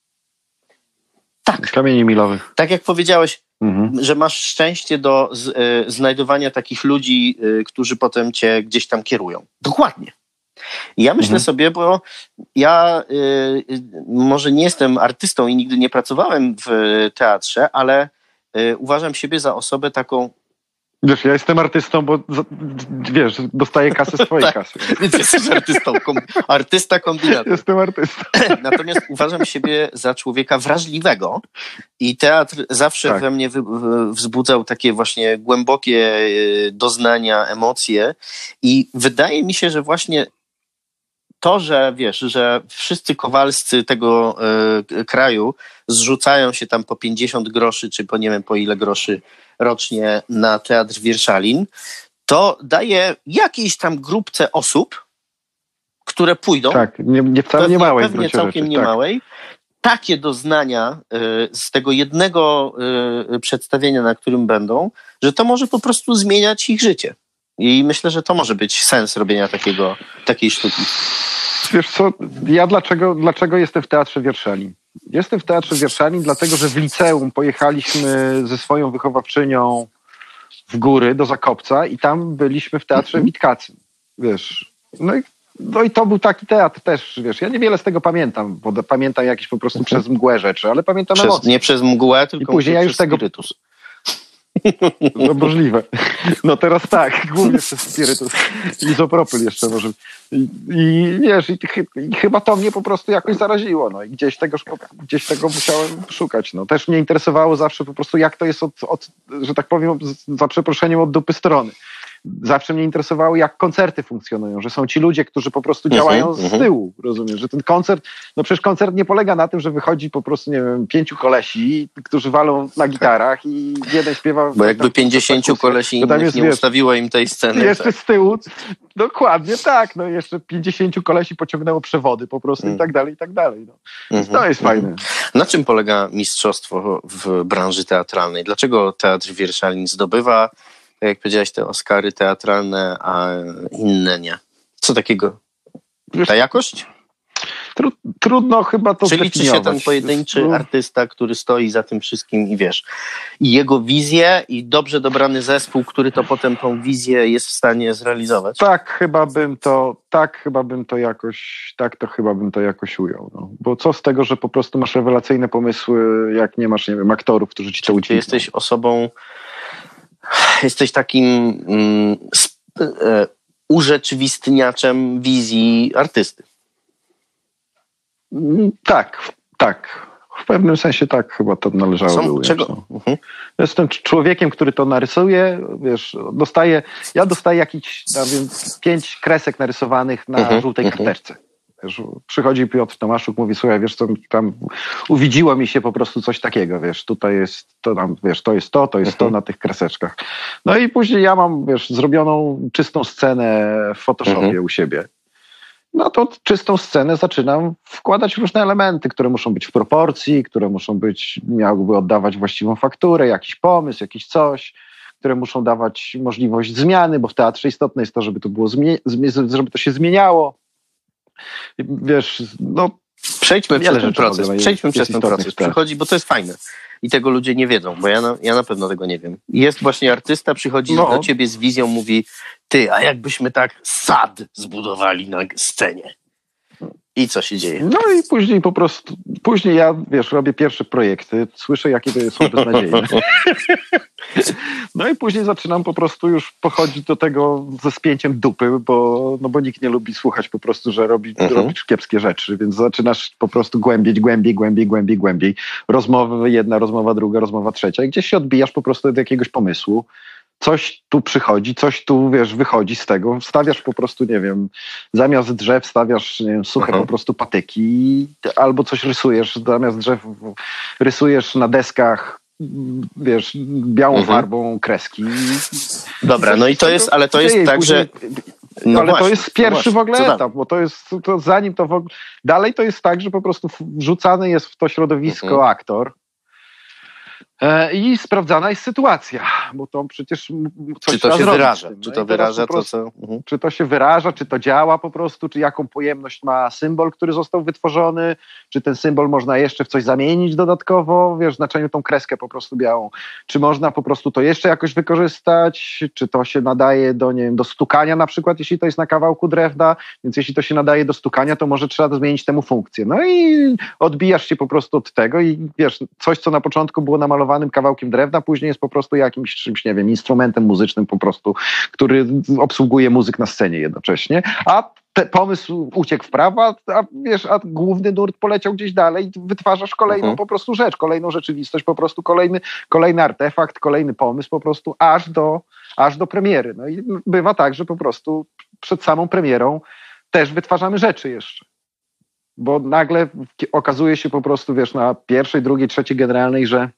Tak. Kamieni milowych. Tak jak powiedziałeś, że masz szczęście do znajdowania takich ludzi, którzy potem cię gdzieś tam kierują. Dokładnie. I ja myślę sobie, bo ja może nie jestem artystą i nigdy nie pracowałem w teatrze, ale uważam siebie za osobę taką... Wiesz, ja jestem artystą, bo wiesz, dostaję kasę z twojej kasy. Więc jesteś artystą. Artysta kombinator. Jestem artystą. Natomiast uważam siebie za człowieka wrażliwego i teatr zawsze we mnie wzbudzał takie właśnie głębokie doznania, emocje i wydaje mi się, że właśnie to, że wiesz, że wszyscy kowalscy tego kraju zrzucają się tam po 50 groszy, czy po nie wiem po ile groszy rocznie na Teatr Wierszalin, to daje jakiejś tam grupce osób, które pójdą. Tak, wcale nie małej. Pewnie całkiem nie małej. Takie doznania z tego jednego przedstawienia, na którym będą, że to może po prostu zmieniać ich życie. I myślę, że to może być sens robienia takiej sztuki. Wiesz co, ja dlaczego jestem w Teatrze Wierszalin? Jestem w Teatrze Wierszalin dlatego, że w liceum pojechaliśmy ze swoją wychowawczynią w góry do Zakopca i tam byliśmy w Teatrze Witkacym. Wiesz, no i to był taki teatr też, wiesz, ja niewiele z tego pamiętam, bo pamiętam jakieś po prostu przez mgłę rzeczy, ale pamiętam emocje. Nie przez mgłę, tylko później ja już przez spirytus. No możliwe. No teraz tak, głównie przez spirytus. Izopropyl jeszcze może. I wiesz, i chyba to mnie po prostu jakoś zaraziło. No i gdzieś tego musiałem szukać. No też mnie interesowało zawsze po prostu jak to jest od że tak powiem, za przeproszeniem, od dupy strony. Zawsze mnie interesowało, jak koncerty funkcjonują, że są ci ludzie, którzy po prostu działają z tyłu, rozumiesz, że ten koncert, no przecież koncert nie polega na tym, że wychodzi po prostu, nie wiem, 5 kolesi, którzy walą na gitarach i jeden śpiewa... Bo jakby 50 kolesi innych nie ustawiło im tej sceny. Jeszcze z tyłu, dokładnie tak, no jeszcze 50 kolesi pociągnęło przewody po prostu i tak dalej. No. To jest fajne. Na czym polega mistrzostwo w branży teatralnej? Dlaczego Teatr Wierszalin zdobywa, tak jak powiedziałeś, te Oscary teatralne, a inne nie? Co takiego? Ta jakość? Trudno chyba to Czy liczy się ten pojedynczy artysta, który stoi za tym wszystkim i wiesz, i jego wizję i dobrze dobrany zespół, który to potem tą wizję jest w stanie zrealizować? Tak, chyba bym to jakoś ujął. No. Bo co z tego, że po prostu masz rewelacyjne pomysły, jak nie masz, nie wiem, aktorów, którzy ci to udźwigną. Ty jesteś osobą, jesteś takim urzeczywistniaczem wizji artysty. Tak. W pewnym sensie tak chyba to należało ująć. Jestem człowiekiem, który to narysuje, wiesz, ja dostaję jakieś, 5 kresek narysowanych na żółtej karteczce. Wiesz, przychodzi Piotr Tomaszuk, mówi, słuchaj, wiesz co, tam uwidziło mi się po prostu coś takiego, wiesz, tutaj jest to, tam, wiesz, to jest to na tych kreseczkach. No i później ja mam, wiesz, zrobioną czystą scenę w Photoshopie u siebie. No to czystą scenę zaczynam wkładać różne elementy, które muszą być w proporcji, które muszą być, miałyby oddawać właściwą fakturę, jakiś pomysł, jakiś coś, które muszą dawać możliwość zmiany, bo w teatrze istotne jest to, żeby to było żeby to się zmieniało. Wiesz, no... Przejdźmy przez ten proces. Przychodzi, bo to jest fajne. I tego ludzie nie wiedzą, bo ja na pewno tego nie wiem. Jest właśnie artysta, przychodzi do ciebie z wizją, mówi, ty, a jakbyśmy tak sad zbudowali na scenie? I co się dzieje? No i później ja, wiesz, robię pierwsze projekty, słyszę, jakie to jest beznadziejne. No i później zaczynam po prostu już pochodzić do tego ze spięciem dupy, bo nikt nie lubi słuchać po prostu, że robisz kiepskie rzeczy, więc zaczynasz po prostu głębiej. Rozmowy, jedna rozmowa, druga, rozmowa trzecia i gdzieś się odbijasz po prostu do jakiegoś pomysłu. Coś tu przychodzi, coś tu, wiesz, wychodzi z tego. Stawiasz po prostu, nie wiem, zamiast drzew stawiasz, nie wiem, suche po prostu patyki albo coś rysujesz, zamiast drzew rysujesz na deskach, wiesz, białą farbą kreski. Dobra, no i to jest, ale to jest tak, że... No ale właśnie, to jest pierwszy w ogóle etap, bo to jest, zanim to w ogóle... Dalej to jest tak, że po prostu wrzucany jest w to środowisko aktor, i sprawdzana jest sytuacja, bo to przecież coś czy to się wyraża, czy to wyraża to, co... Czy to się wyraża, czy to działa po prostu, czy jaką pojemność ma symbol, który został wytworzony, czy ten symbol można jeszcze w coś zamienić dodatkowo, wiesz, w znaczeniu tą kreskę po prostu białą, czy można po prostu to jeszcze jakoś wykorzystać, czy to się nadaje do, nie wiem, do stukania na przykład, jeśli to jest na kawałku drewna, więc jeśli to się nadaje do stukania, to może trzeba zmienić temu funkcję. No i odbijasz się po prostu od tego i wiesz, coś, co na początku było namalowane kawałkiem drewna, później jest po prostu jakimś czymś, nie wiem, instrumentem muzycznym po prostu, który obsługuje muzyk na scenie jednocześnie, a pomysł uciekł w prawo, a główny nurt poleciał gdzieś dalej i wytwarzasz kolejną po prostu rzecz, kolejną rzeczywistość, po prostu kolejny artefakt, kolejny pomysł po prostu aż do premiery. No i bywa tak, że po prostu przed samą premierą też wytwarzamy rzeczy jeszcze. Bo nagle okazuje się po prostu, wiesz, na pierwszej, drugiej, trzeciej generalnej, że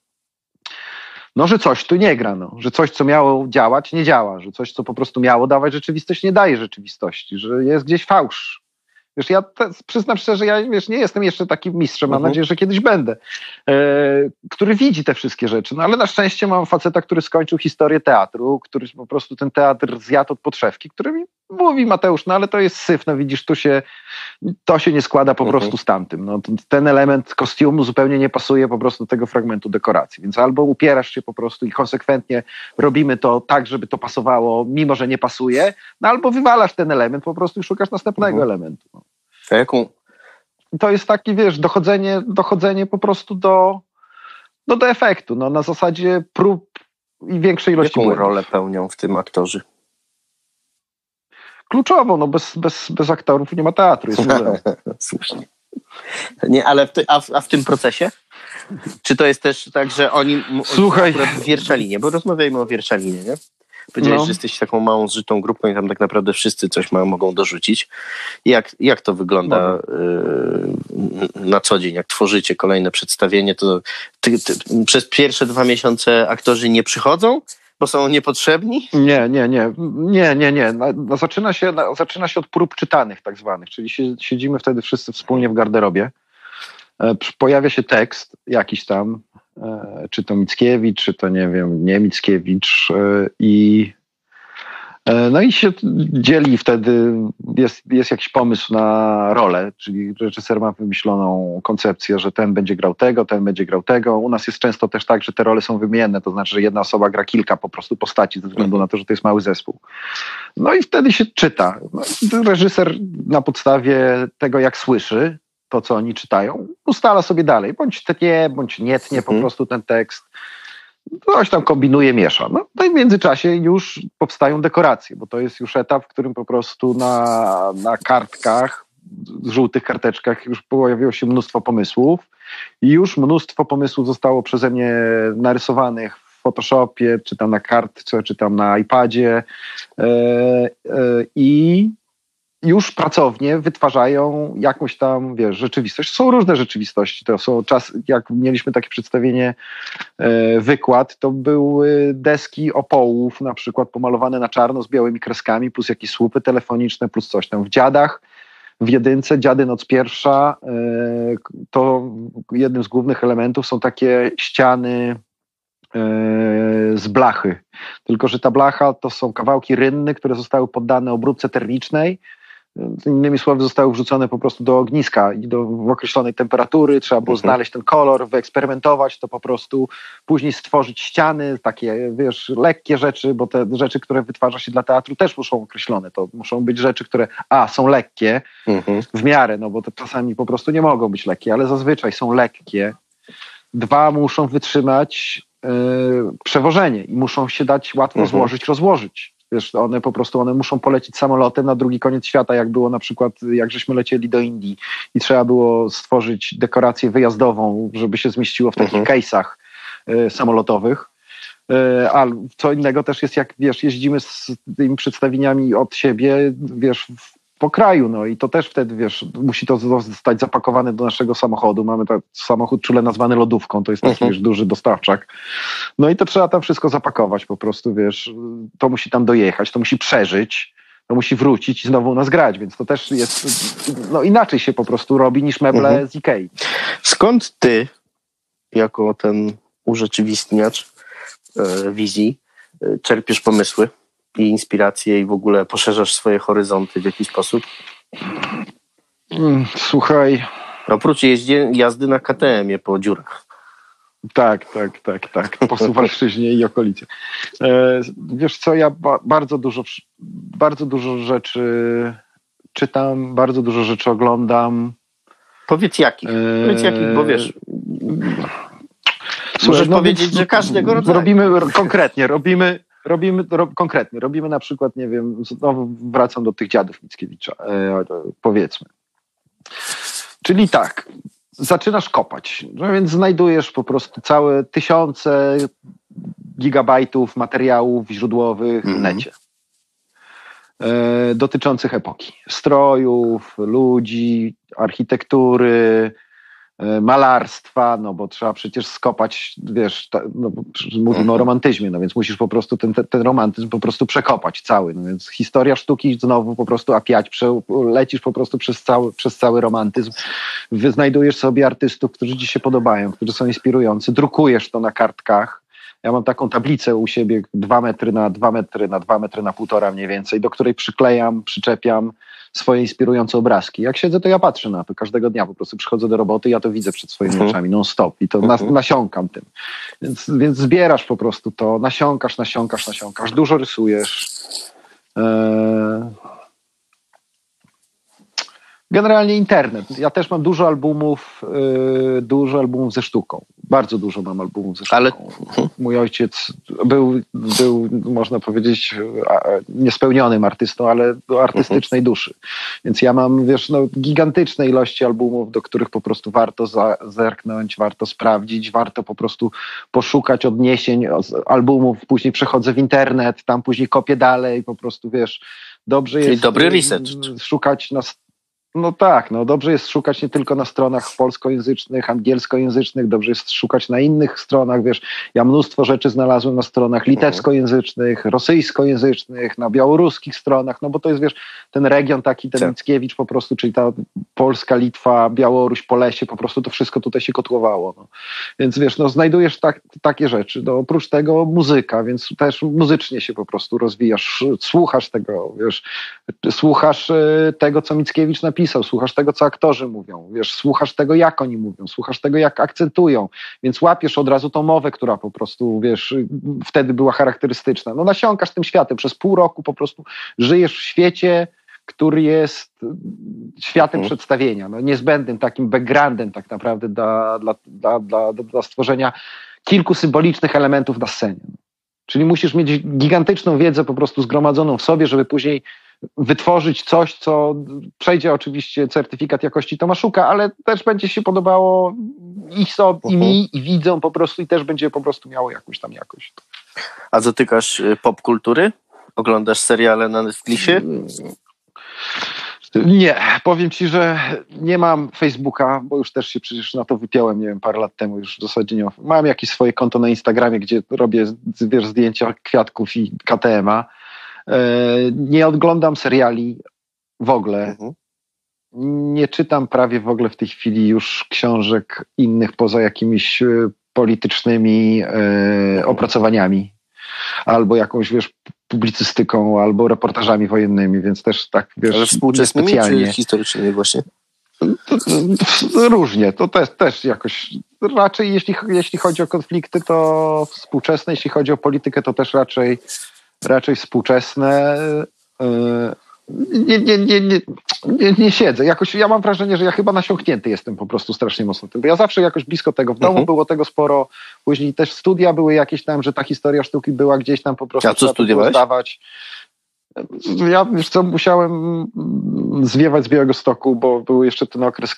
coś tu nie gra, że coś, co miało działać, nie działa, że coś, co po prostu miało dawać rzeczywistość, nie daje rzeczywistości, że jest gdzieś fałsz. Wiesz, ja przyznam szczerze, ja wiesz, nie jestem jeszcze takim mistrzem, mam nadzieję, że kiedyś będę, który widzi te wszystkie rzeczy, no ale na szczęście mam faceta, który skończył historię teatru, który po prostu ten teatr zjadł od podszewki, który mi mówi, Mateusz, no ale to jest syf, no widzisz, to się nie składa po prostu z tamtym. No, ten element kostiumu zupełnie nie pasuje po prostu do tego fragmentu dekoracji, więc albo upierasz się po prostu i konsekwentnie robimy to tak, żeby to pasowało, mimo że nie pasuje, no albo wywalasz ten element po prostu i szukasz następnego elementu. No. To jest taki, wiesz, dochodzenie po prostu do efektu, no, na zasadzie prób i większej ilości błędów. Jaką rolę pełnią w tym aktorzy? Kluczowo, no bez aktorów nie ma teatru. Jest Słusznie. Nie, ale w tym procesie? Czy to jest też tak, że oni... Słuchaj. W Wierszalinie, bo rozmawiajmy o Wierszalinie, nie? Powiedziałeś, że jesteś taką małą, zżytą grupą i tam tak naprawdę wszyscy coś mogą dorzucić. Jak to wygląda na co dzień? Jak tworzycie kolejne przedstawienie, to przez pierwsze 2 miesiące aktorzy nie przychodzą? Bo są niepotrzebni? Nie. Zaczyna się od prób czytanych tak zwanych, czyli siedzimy wtedy wszyscy wspólnie w garderobie. Pojawia się tekst jakiś tam, czy to Mickiewicz, czy to nie Mickiewicz no i się dzieli wtedy, jest jakiś pomysł na rolę, czyli reżyser ma wymyśloną koncepcję, że ten będzie grał tego, ten będzie grał tego. U nas jest często też tak, że te role są wymienne, to znaczy, że jedna osoba gra kilka po prostu postaci ze względu na to, że to jest mały zespół. No i wtedy się czyta. No, reżyser na podstawie tego, jak słyszy to, co oni czytają, ustala sobie dalej, bądź tnie, bądź nie tnie po prostu ten tekst. Coś tam kombinuje, miesza. No i w międzyczasie już powstają dekoracje, bo to jest już etap, w którym po prostu na kartkach żółtych karteczkach już pojawiło się mnóstwo pomysłów i już mnóstwo pomysłów zostało przeze mnie narysowanych w Photoshopie, czy tam na kartce, czy tam na iPadzie i już pracownie wytwarzają jakąś tam, rzeczywistość. Są różne rzeczywistości. To są jak mieliśmy takie przedstawienie, wykład, to były deski opołów, na przykład pomalowane na czarno z białymi kreskami, plus jakieś słupy telefoniczne, plus coś tam. W Dziadach, w jedynce, Dziady Noc Pierwsza, to jednym z głównych elementów są takie ściany z blachy. Tylko że ta blacha to są kawałki rynny, które zostały poddane obróbce termicznej. Innymi słowy, zostały wrzucone po prostu do ogniska i w określonej temperatury. Trzeba było znaleźć ten kolor, wyeksperymentować to po prostu, później stworzyć ściany, takie, lekkie rzeczy, bo te rzeczy, które wytwarza się dla teatru, też muszą określone. To muszą być rzeczy, które są lekkie w miarę, no bo to czasami po prostu nie mogą być lekkie, ale zazwyczaj są lekkie. 2, muszą wytrzymać przewożenie i muszą się dać łatwo złożyć, rozłożyć. One muszą polecieć samolotem na drugi koniec świata, jak było na przykład, jak żeśmy lecieli do Indii i trzeba było stworzyć dekorację wyjazdową, żeby się zmieściło w takich case'ach samolotowych. A co innego też jest, jak jeździmy z tymi przedstawieniami od siebie, po kraju, no i to też wtedy, musi to zostać zapakowane do naszego samochodu. Mamy samochód czule nazwany lodówką, to jest taki duży dostawczak. No i to trzeba tam wszystko zapakować po prostu, to musi tam dojechać, to musi przeżyć, to musi wrócić i znowu nas grać, więc to też jest, inaczej się po prostu robi niż meble z Ikei. Skąd ty, jako ten urzeczywistniacz wizji, czerpiesz pomysły i inspiracje i w ogóle poszerzasz swoje horyzonty w jakiś sposób? Słuchaj. Oprócz jazdy na KTM-ie po dziurach. Tak. Po Suwalszczyźnie i okolicy. Wiesz co, ja bardzo dużo rzeczy czytam, bardzo dużo rzeczy oglądam. Powiedz jakich, bo wiesz... Możesz powiedzieć, że każdego rodzaju. Robimy na przykład, nie wiem, znowu wracam do tych Dziadów Mickiewicza, powiedzmy. Czyli tak, zaczynasz kopać, no więc znajdujesz po prostu całe tysiące gigabajtów materiałów źródłowych w necie. Dotyczących epoki. Strojów, ludzi, architektury, malarstwa, no bo trzeba przecież skopać, mówimy o romantyzmie, no więc musisz po prostu ten romantyzm po prostu przekopać cały, no więc historia sztuki znowu po prostu lecisz po prostu przez cały romantyzm, znajdujesz sobie artystów, którzy ci się podobają, którzy są inspirujący, drukujesz to na kartkach. Ja mam taką tablicę u siebie 2 metry na 2 metry na 2 metry na 1,5 mniej więcej, do której przyczepiam swoje inspirujące obrazki. Jak siedzę, to ja patrzę na to każdego dnia, po prostu przychodzę do roboty, ja to widzę przed swoimi oczami non-stop i to nasiąkam tym. Więc zbierasz po prostu to, nasiąkasz, dużo rysujesz. Generalnie internet. Ja też mam dużo albumów ze sztuką. Bardzo dużo mam albumów ze sztuką. Ale mój ojciec był można powiedzieć, niespełnionym artystą, ale do artystycznej duszy. Więc ja mam, gigantyczne ilości albumów, do których po prostu warto zerknąć, warto sprawdzić, warto po prostu poszukać odniesień albumów. Później przechodzę w internet, tam później kopię dalej, po prostu, dobrze jest... Czyli dobry research. Szukać dobrze jest szukać nie tylko na stronach polskojęzycznych, angielskojęzycznych, dobrze jest szukać na innych stronach, ja mnóstwo rzeczy znalazłem na stronach litewskojęzycznych, rosyjskojęzycznych, na białoruskich stronach, no bo to jest, ten region taki, ten Mickiewicz po prostu, czyli ta Polska, Litwa, Białoruś, Polesie, po prostu to wszystko tutaj się kotłowało, no. Więc znajdujesz takie rzeczy. No, oprócz tego muzyka, więc też muzycznie się po prostu rozwijasz, słuchasz tego, słuchasz tego, co Mickiewicz napisał, słuchasz tego, co aktorzy mówią, słuchasz tego, jak oni mówią, słuchasz tego, jak akcentują, więc łapiesz od razu tą mowę, która po prostu, wtedy była charakterystyczna. No nasiąkasz tym światem, przez pół roku po prostu żyjesz w świecie, który jest światem przedstawienia, niezbędnym takim backgroundem tak naprawdę dla stworzenia kilku symbolicznych elementów na scenie. Czyli musisz mieć gigantyczną wiedzę po prostu zgromadzoną w sobie, żeby później wytworzyć coś, co przejdzie oczywiście certyfikat jakości Tomaszuka, ale też będzie się podobało i mi, i widzom po prostu, i też będzie po prostu miało jakąś tam jakość. A dotykasz popkultury? Oglądasz seriale na Netflixie? Nie, powiem ci, że nie mam Facebooka, bo już też się przecież na to wypiąłem, nie wiem, parę lat temu już w zasadzie nie mam. Mam jakieś swoje konto na Instagramie, gdzie robię, wiesz, zdjęcia kwiatków i KTM-a. Nie oglądam seriali w ogóle. Nie czytam prawie w ogóle w tej chwili już książek innych poza jakimiś politycznymi opracowaniami. Albo jakąś, wiesz, publicystyką, albo reportażami wojennymi, więc też tak, wiesz, ale współczesnymi czy historycznymi właśnie? Różnie, to też jakoś, raczej jeśli chodzi o konflikty, to współczesne, jeśli chodzi o politykę, to też raczej współczesne. Nie siedzę. Jakoś ja mam wrażenie, że ja chyba nasiąknięty jestem po prostu strasznie mocno tym, bo ja zawsze jakoś blisko tego w domu było tego sporo, później też studia były jakieś tam, że ta historia sztuki była gdzieś tam po prostu. A co studiowałeś? Zdawać. Ja, wiesz co, musiałem zwiewać z Białegostoku, bo był jeszcze ten okres,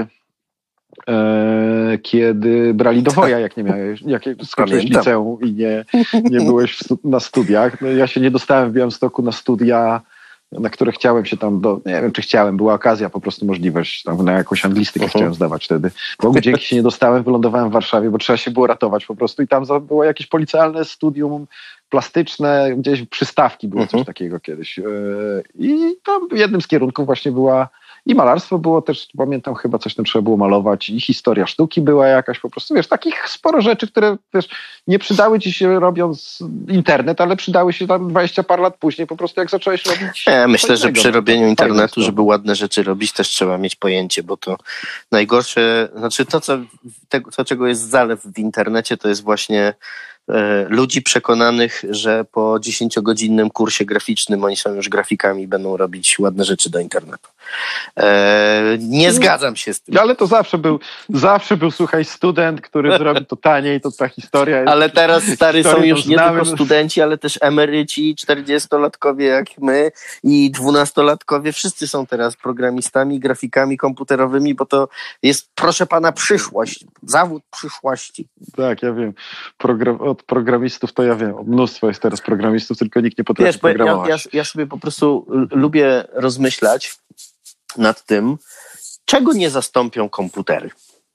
kiedy brali do woja, jak nie miałeś, jak skończyłeś liceum i nie byłeś na studiach. No, ja się nie dostałem w Białymstoku na studia, na które chciałem się tam, nie wiem czy chciałem, była okazja, po prostu możliwość, tam na jakąś anglistykę chciałem zdawać wtedy. Bogu dzięki się nie dostałem, wylądowałem w Warszawie, bo trzeba się było ratować po prostu i tam było jakieś policjalne studium plastyczne, gdzieś przystawki było coś takiego kiedyś. I tam jednym z kierunków właśnie była i malarstwo było też, pamiętam, chyba coś tam trzeba było malować i historia sztuki była jakaś po prostu, wiesz, takich sporo rzeczy, które, wiesz, nie przydały ci się robiąc internet, ale przydały się tam 20 par lat później po prostu jak zacząłeś robić. Myślę, że przy robieniu internetu, żeby ładne rzeczy robić, też trzeba mieć pojęcie, bo to najgorsze, znaczy to czego jest zalew w internecie, to jest właśnie ludzi przekonanych, że po 10-godzinnym kursie graficznym oni są już grafikami i będą robić ładne rzeczy do internetu. Nie zgadzam się z tym. Ale to zawsze był, słuchaj, student, który zrobi to taniej, to ta historia jest... Ale teraz, stary, są już nie tylko studenci, ale też emeryci, 40-latkowie jak my i 12-latkowie. Wszyscy są teraz programistami, grafikami komputerowymi, bo to jest, proszę pana, przyszłość. Zawód przyszłości. Tak, ja wiem. Od programistów to ja wiem. Mnóstwo jest teraz programistów, tylko nikt nie potrafi programować. Ja sobie po prostu lubię rozmyślać nad tym, czego nie zastąpią komputery.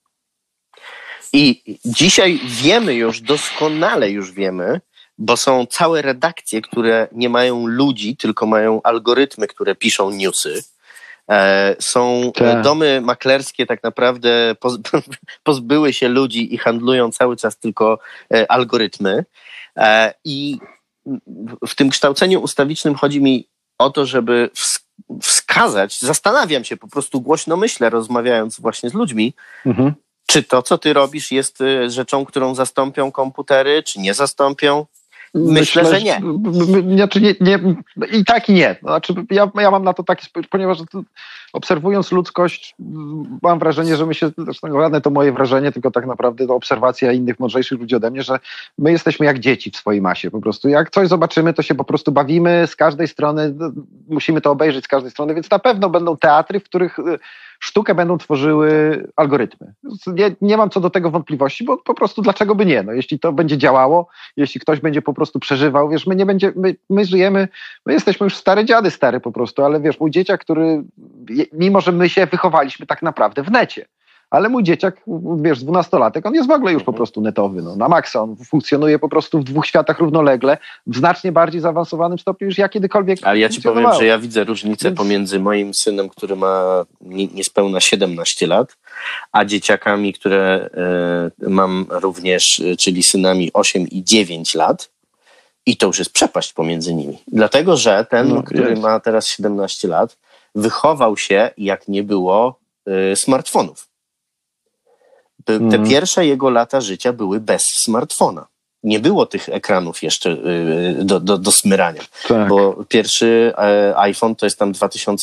I dzisiaj doskonale już wiemy, bo są całe redakcje, które nie mają ludzi, tylko mają algorytmy, które piszą newsy. Są domy maklerskie tak naprawdę pozbyły się ludzi i handlują cały czas tylko algorytmy. I w tym kształceniu ustawicznym chodzi mi o to, żeby wskazać, zastanawiam się, po prostu głośno myślę, rozmawiając właśnie z ludźmi, czy to, co ty robisz, jest rzeczą, którą zastąpią komputery, czy nie zastąpią? Myślę, że nie. Nie. I tak i nie. Znaczy, ja mam na to taki, ponieważ obserwując ludzkość, mam wrażenie, że my się, zresztą żadne to moje wrażenie, tylko tak naprawdę to obserwacja innych mądrzejszych ludzi ode mnie, że my jesteśmy jak dzieci w swojej masie. Po prostu jak coś zobaczymy, to się po prostu bawimy z każdej strony, musimy to obejrzeć z każdej strony, więc na pewno będą teatry, w których sztukę będą tworzyły algorytmy. Nie mam co do tego wątpliwości, bo po prostu dlaczego by nie? No, jeśli to będzie działało, jeśli ktoś będzie po prostu przeżywał, wiesz, my żyjemy, my jesteśmy już stare dziady, po prostu, ale wiesz, mój dzieciak, który, mimo że my się wychowaliśmy tak naprawdę w necie, ale mój dzieciak, wiesz, 12-latek, on jest w ogóle już po prostu netowy, no, na maksa. On funkcjonuje po prostu w dwóch światach równolegle, w znacznie bardziej zaawansowanym stopniu niż ja kiedykolwiek. Ale ja ci powiem, że ja widzę różnicę pomiędzy moim synem, który ma niespełna 17 lat, a dzieciakami, które mam również, czyli synami 8 i 9 lat. I to już jest przepaść pomiędzy nimi. Dlatego, że ten, który ma teraz 17 lat, wychował się, jak nie było smartfonów. Te pierwsze jego lata życia były bez smartfona. Nie było tych ekranów jeszcze do smyrania. Tak. Bo pierwszy iPhone to jest tam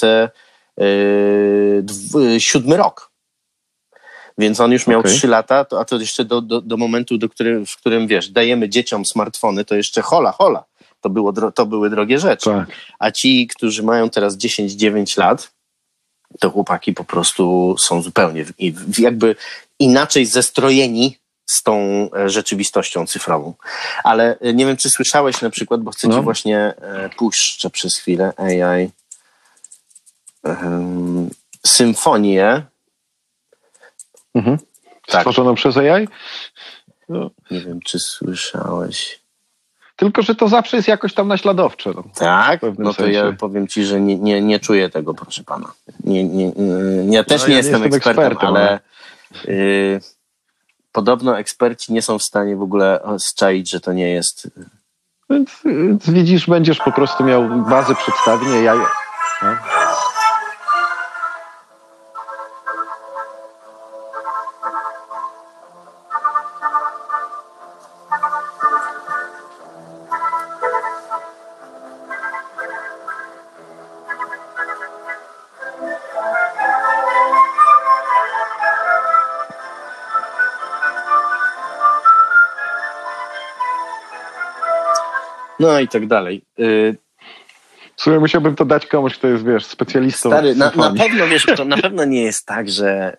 2007 rok. Więc on już miał 3 lata, a to jeszcze do momentu, w którym wiesz, dajemy dzieciom smartfony, to jeszcze hola. to były drogie rzeczy. Tak. A ci, którzy mają teraz 10-9 lat, to chłopaki po prostu są zupełnie jakby inaczej zestrojeni z tą rzeczywistością cyfrową. Ale nie wiem, czy słyszałeś na przykład, bo chcę ci właśnie puszczę przez chwilę AI symfonię. Tak. Stworzoną przez AI? No. Nie wiem, czy słyszałeś. Tylko, że to zawsze jest jakoś tam naśladowcze. No. Tak? No to ja powiem ci, że nie czuję tego, proszę pana. Ja też nie jestem ekspertem, ale podobno eksperci nie są w stanie w ogóle zczaić, że to nie jest... Więc widzisz, będziesz po prostu miał bazę przedstawień. No. No i tak dalej. W sumie musiałbym to dać komuś, kto jest, wiesz, specjalistą. Stary, na pewno, wiesz, to na pewno nie jest tak, że...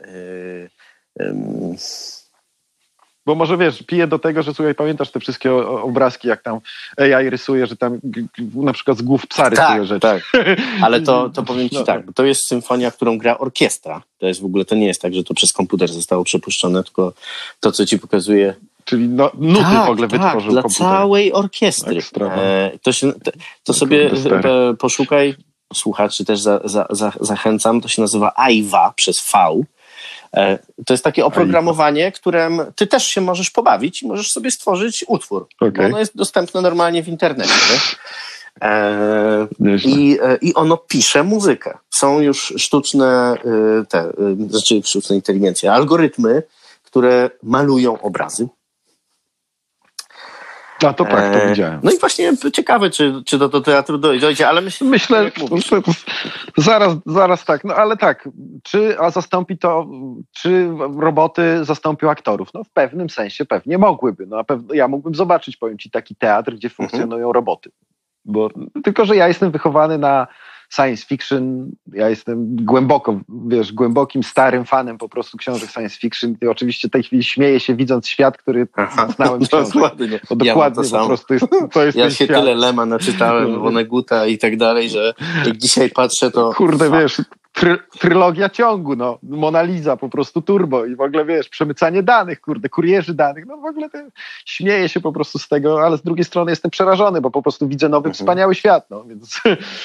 Bo może, wiesz, piję do tego, że słuchaj, pamiętasz te wszystkie obrazki, jak tam AI rysuje, że tam na przykład z głów psa rysuje rzeczy. Tak, ale to powiem ci tak, bo to jest symfonia, którą gra orkiestra. To jest w ogóle, to nie jest tak, że to przez komputer zostało przepuszczone, tylko to, co ci pokazuje... Czyli nuty w ogóle wytworzył dla komputer. Całej orkiestry. To sobie poszukaj, słuchaczy też zachęcam, to się nazywa AIWA przez V. To jest takie oprogramowanie, którym ty też się możesz pobawić i możesz sobie stworzyć utwór. Bo ono jest dostępne normalnie w internecie. I ono pisze muzykę. Są już sztuczne inteligencje, algorytmy, które malują obrazy. A to tak, to widziałem. No i właśnie ciekawe, czy do teatru dojdzie, ale myślę zaraz tak, no ale tak, czy roboty zastąpią aktorów? No w pewnym sensie pewnie mogłyby. No, ja mógłbym zobaczyć, powiem ci, taki teatr, gdzie funkcjonują roboty. Tylko, że ja jestem wychowany na science fiction, ja jestem głębokim, starym fanem po prostu książek science fiction i oczywiście w tej chwili śmieję się, widząc świat, który znałem z książek. Dokładnie, po prostu to jest ja ten się świat. Tyle Lema naczytałem, Woneguta i tak dalej, że jak dzisiaj patrzę, to... Kurde, wiesz, trylogia ciągu, no, Mona Lisa, po prostu turbo i w ogóle, wiesz, przemycanie danych, kurierzy danych, no w ogóle śmieję się po prostu z tego, ale z drugiej strony jestem przerażony, bo po prostu widzę nowy, wspaniały świat, no, więc...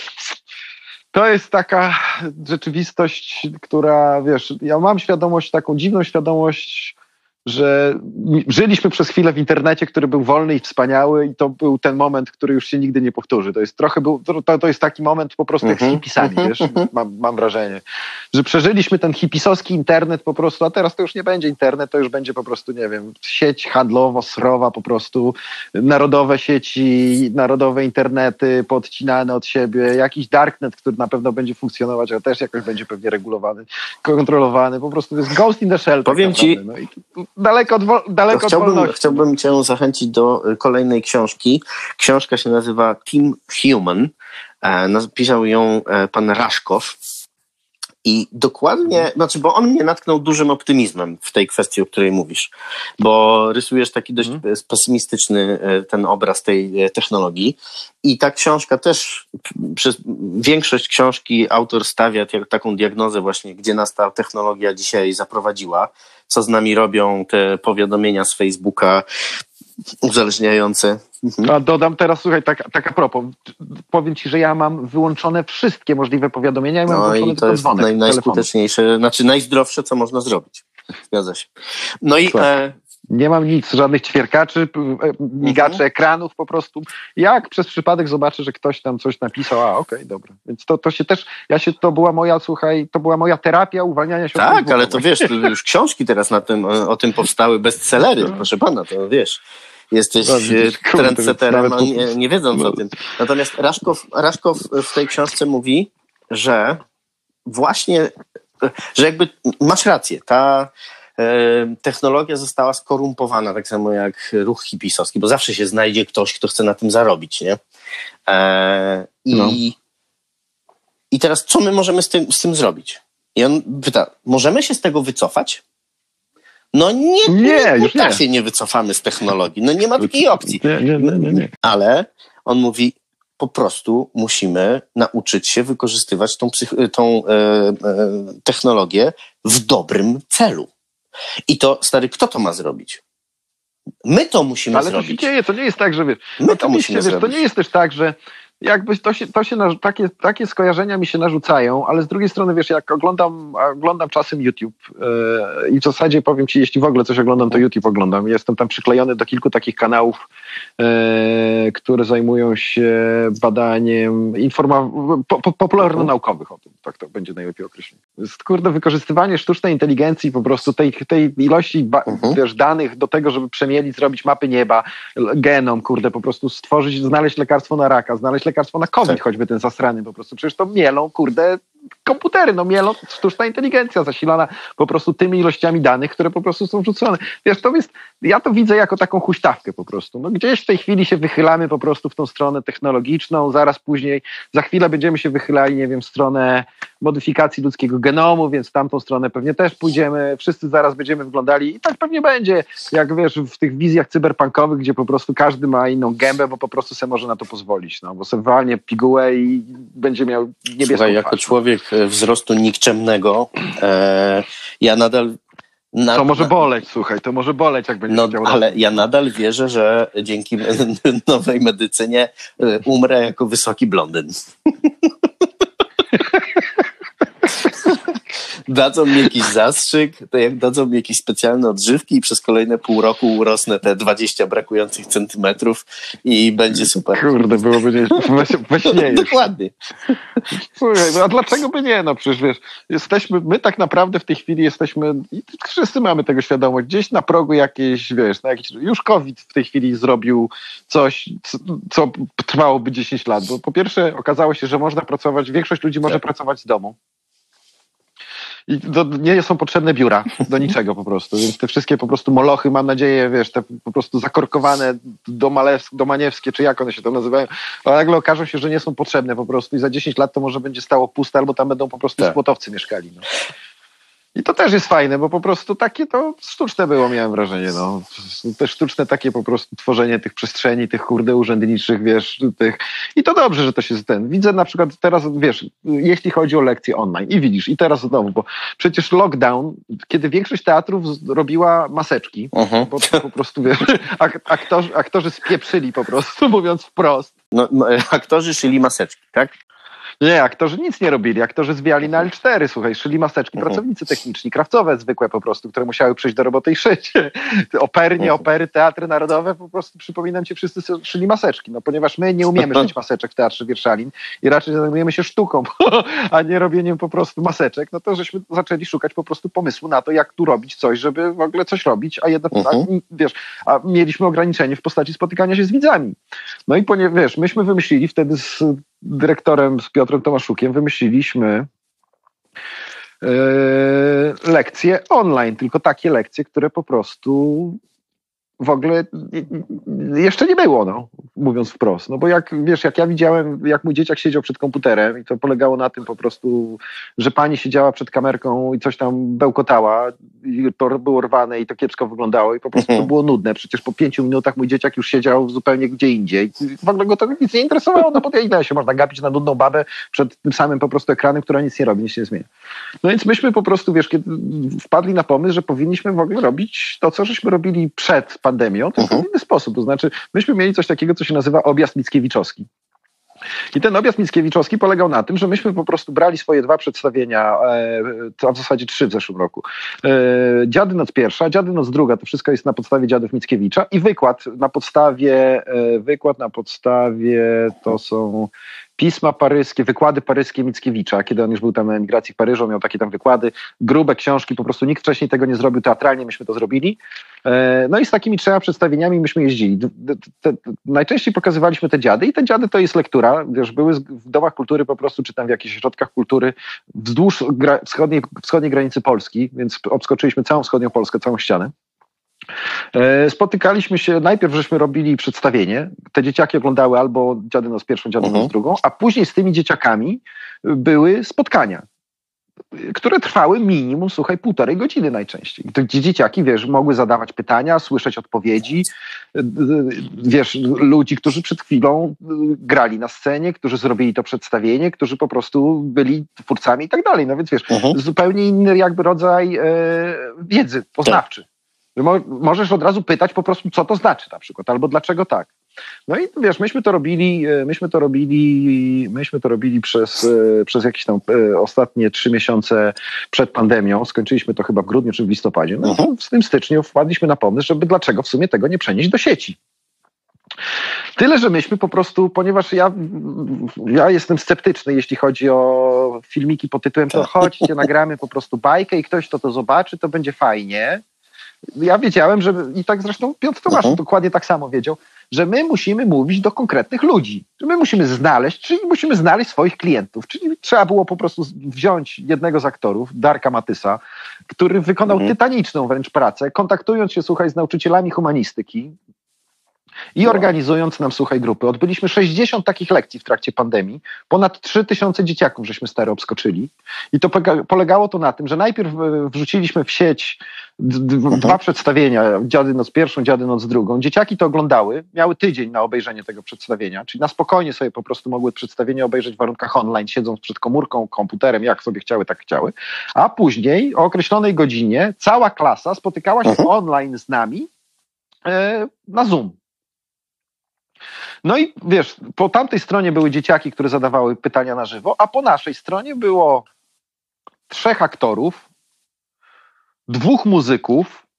To jest taka rzeczywistość, która, wiesz, ja mam świadomość, taką dziwną świadomość, że żyliśmy przez chwilę w internecie, który był wolny i wspaniały i to był ten moment, który już się nigdy nie powtórzy. To jest taki moment po prostu jak z hipisami, wiesz, mam wrażenie, że przeżyliśmy ten hipisowski internet po prostu, a teraz to już nie będzie internet, to już będzie po prostu, nie wiem, sieć handlowo-srowa po prostu, narodowe sieci, narodowe internety poodcinane od siebie, jakiś darknet, który na pewno będzie funkcjonować, ale też jakoś będzie pewnie regulowany, kontrolowany, po prostu to jest ghost in the shell. Powiem tak ci, no i daleko od wolności. Chciałbym cię zachęcić do kolejnej książki. Książka się nazywa Team Human. Napisał ją pan Raszkow. I dokładnie, bo on mnie natknął dużym optymizmem w tej kwestii, o której mówisz, bo rysujesz taki dość pesymistyczny ten obraz tej technologii i ta książka też, przez większość książki autor stawia taką diagnozę właśnie, gdzie nas ta technologia dzisiaj zaprowadziła, co z nami robią te powiadomienia z Facebooka uzależniające. A dodam teraz, słuchaj, tak a propos, powiem ci, że ja mam wyłączone wszystkie możliwe powiadomienia i mam wyłączony tylko dzwonek. To jest najskuteczniejsze, najzdrowsze, co można zrobić. Zgadza się. No i... Nie mam nic, żadnych ćwierkaczy, migaczy ekranów po prostu. Jak przez przypadek zobaczę, że ktoś tam coś napisał, okej, dobra. Więc to się też, to była moja, słuchaj, to była moja terapia uwalniania się od Tak, ale to wiesz, już książki teraz o tym powstały, bestsellery, proszę pana, to wiesz. Jesteś trendsetterem, nie wiedząc o tym. Natomiast Raszkow w tej książce mówi, że właśnie, że jakby masz rację, ta technologia została skorumpowana, tak samo jak ruch hipisowski, bo zawsze się znajdzie ktoś, kto chce na tym zarobić, nie? I teraz co my możemy z tym zrobić? I on pyta, możemy się z tego wycofać? No tak się nie wycofamy z technologii. No nie ma takiej opcji. Nie. Ale on mówi, po prostu musimy nauczyć się wykorzystywać tą technologię w dobrym celu. I to, stary, kto to ma zrobić? My to musimy zrobić. Ale to się dzieje, to nie jest tak, że wiesz... My to musimy zrobić. To nie jest też tak, że jakby takie skojarzenia mi się narzucają, ale z drugiej strony, wiesz, jak oglądam czasem YouTube i w zasadzie powiem ci, jeśli w ogóle coś oglądam, to YouTube oglądam. Jestem tam przyklejony do kilku takich kanałów, które zajmują się badaniem popularno-naukowych o tym, tak to będzie najlepiej określone. Jest, wykorzystywanie sztucznej inteligencji, po prostu tej ilości wiesz, danych do tego, żeby przemielić, zrobić mapy nieba, genom, po prostu znaleźć lekarstwo na raka, znaleźć lekarstwo na COVID, choćby ten zasrany po prostu. Przecież to mielą, komputery, mielą sztuczna inteligencja zasilana po prostu tymi ilościami danych, które po prostu są wrzucone. Wiesz, ja to widzę jako taką huśtawkę po prostu. Gdzieś w tej chwili się wychylamy po prostu w tą stronę technologiczną, zaraz później, za chwilę będziemy się wychylali, nie wiem, w stronę modyfikacji ludzkiego genomu, więc w tamtą stronę pewnie też pójdziemy, wszyscy zaraz będziemy wyglądali i tak pewnie będzie, jak wiesz, w tych wizjach cyberpunkowych, gdzie po prostu każdy ma inną gębę, bo po prostu sobie może na to pozwolić, bo sobie walnie pigułę i będzie miał niebieską twarz. Jako człowiek wzrostu nikczemnego, ja nadal... To może boleć, słuchaj, jak będzie chciał. Ale ja nadal wierzę, że dzięki nowej medycynie umrę jako wysoki blondyn. Dadzą mi jakiś zastrzyk, to jak dadzą mi jakieś specjalne odżywki i przez kolejne pół roku urosnę te 20 brakujących centymetrów i będzie super. Byłoby nie. Dokładnie. Słuchaj, a dlaczego by nie? Przecież wiesz, my tak naprawdę w tej chwili jesteśmy, i wszyscy mamy tego świadomość, gdzieś na progu już COVID w tej chwili zrobił coś, co trwałoby 10 lat, bo po pierwsze okazało się, że można pracować, większość ludzi może pracować z domu. I nie są potrzebne biura do niczego po prostu, więc te wszystkie po prostu molochy, mam nadzieję, wiesz, te po prostu zakorkowane domaniewskie, czy jak one się tam nazywają, ale nagle okażą się, że nie są potrzebne po prostu i za 10 lat to może będzie stało puste, albo tam będą po prostu spłotowcy mieszkali. I to też jest fajne, bo po prostu takie to sztuczne było, miałem wrażenie, Te sztuczne takie po prostu tworzenie tych przestrzeni, tych urzędniczych, wiesz, tych. I to dobrze, że to się widzę na przykład teraz, wiesz, jeśli chodzi o lekcje online i widzisz, i teraz znowu, bo przecież lockdown, kiedy większość teatrów robiła maseczki, bo po prostu, wiesz, aktorzy spieprzyli po prostu, mówiąc wprost. Aktorzy szyli maseczki, tak? Nie, aktorzy nic nie robili. Aktorzy zwijali na L4, słuchaj, szyli maseczki, pracownicy techniczni, krawcowe zwykłe po prostu, które musiały przyjść do roboty i szyć. Opery, teatry narodowe, po prostu przypominam ci, wszyscy szyli maseczki, ponieważ my nie umiemy szyć maseczek w Teatrze Wierszalin i raczej zajmujemy się sztuką, a nie robieniem po prostu maseczek, to żeśmy zaczęli szukać po prostu pomysłu na to, jak tu robić coś, żeby w ogóle coś robić, a mieliśmy ograniczenie w postaci spotykania się z widzami. I wiesz, myśmy wymyślili wtedy z dyrektorem, z Piotrem Tomaszukiem, wymyśliliśmy lekcje online, tylko takie lekcje, które po prostu w ogóle jeszcze nie było, mówiąc wprost. Bo jak ja widziałem, jak mój dzieciak siedział przed komputerem i to polegało na tym po prostu, że pani siedziała przed kamerką i coś tam bełkotała i to było rwane i to kiepsko wyglądało i po prostu to było nudne. Przecież po 5 minutach mój dzieciak już siedział zupełnie gdzie indziej. W ogóle go to nic nie interesowało, bo ile się można gapić na nudną babę przed tym samym po prostu ekranem, która nic nie robi, nic się nie zmienia. Więc myśmy po prostu, wiesz, kiedy wpadli na pomysł, że powinniśmy w ogóle robić to, co żeśmy robili przed pandemią, to w inny sposób. To znaczy, myśmy mieli coś takiego, co się nazywa objazd mickiewiczowski. I ten objazd mickiewiczowski polegał na tym, że myśmy po prostu brali swoje 2 przedstawienia, a w zasadzie 3 w zeszłym roku. Dziady Noc pierwsza, Dziady Noc druga, to wszystko jest na podstawie Dziadów Mickiewicza i wykład na podstawie to są pisma paryskie, wykłady paryskie Mickiewicza, kiedy on już był tam na emigracji w Paryżu, miał takie tam wykłady, grube książki, po prostu nikt wcześniej tego nie zrobił teatralnie, myśmy to zrobili. I z takimi 3 przedstawieniami myśmy jeździli. Najczęściej pokazywaliśmy te dziady i te dziady to jest lektura, wiesz, były w domach kultury po prostu, czy tam w jakichś ośrodkach kultury wzdłuż wschodniej granicy Polski, więc obskoczyliśmy całą wschodnią Polskę, całą ścianę. Spotykaliśmy się, najpierw żeśmy robili przedstawienie, te dzieciaki oglądały albo Dziady Noc pierwszą, Dziady Noc drugą, a później z tymi dzieciakami były spotkania, które trwały minimum, słuchaj, 1,5 godziny najczęściej. Gdzie dzieciaki, wiesz, mogły zadawać pytania, słyszeć odpowiedzi, wiesz, ludzi, którzy przed chwilą grali na scenie, którzy zrobili to przedstawienie, którzy po prostu byli twórcami i tak dalej. No więc wiesz, zupełnie inny jakby rodzaj wiedzy poznawczy. Możesz od razu pytać po prostu, co to znaczy na przykład, albo dlaczego tak. No i wiesz, myśmy to robili przez jakieś tam ostatnie 3 miesiące przed pandemią. Skończyliśmy to chyba w grudniu czy w listopadzie. No w tym styczniu wpadliśmy na pomysł, żeby dlaczego w sumie tego nie przenieść do sieci. Tyle, że myśmy po prostu, ponieważ ja jestem sceptyczny, jeśli chodzi o filmiki pod tytułem to chodźcie, nagramy po prostu bajkę i ktoś to zobaczy, to będzie fajnie. Ja wiedziałem, że i tak zresztą Piotr Tomasz dokładnie tak samo wiedział, że my musimy mówić do konkretnych ludzi, że my musimy znaleźć swoich klientów, czyli trzeba było po prostu wziąć jednego z aktorów, Darka Matysa, który wykonał tytaniczną wręcz pracę, kontaktując się, słuchaj, z nauczycielami humanistyki i organizując nam, słuchaj, grupy. Odbyliśmy 60 takich lekcji w trakcie pandemii, ponad 3000 dzieciaków żeśmy stary obskoczyli i to polegało to na tym, że najpierw wrzuciliśmy w sieć 2 przedstawienia, Dziady Noc pierwszą, Dziady Noc drugą. Dzieciaki to oglądały, miały tydzień na obejrzenie tego przedstawienia, czyli na spokojnie sobie po prostu mogły przedstawienie obejrzeć w warunkach online, siedząc przed komórką, komputerem, jak sobie chciały, tak chciały, a później o określonej godzinie cała klasa spotykała się online z nami na Zoom. No i wiesz, po tamtej stronie były dzieciaki, które zadawały pytania na żywo, a po naszej stronie było 3 aktorów, 2 muzyków,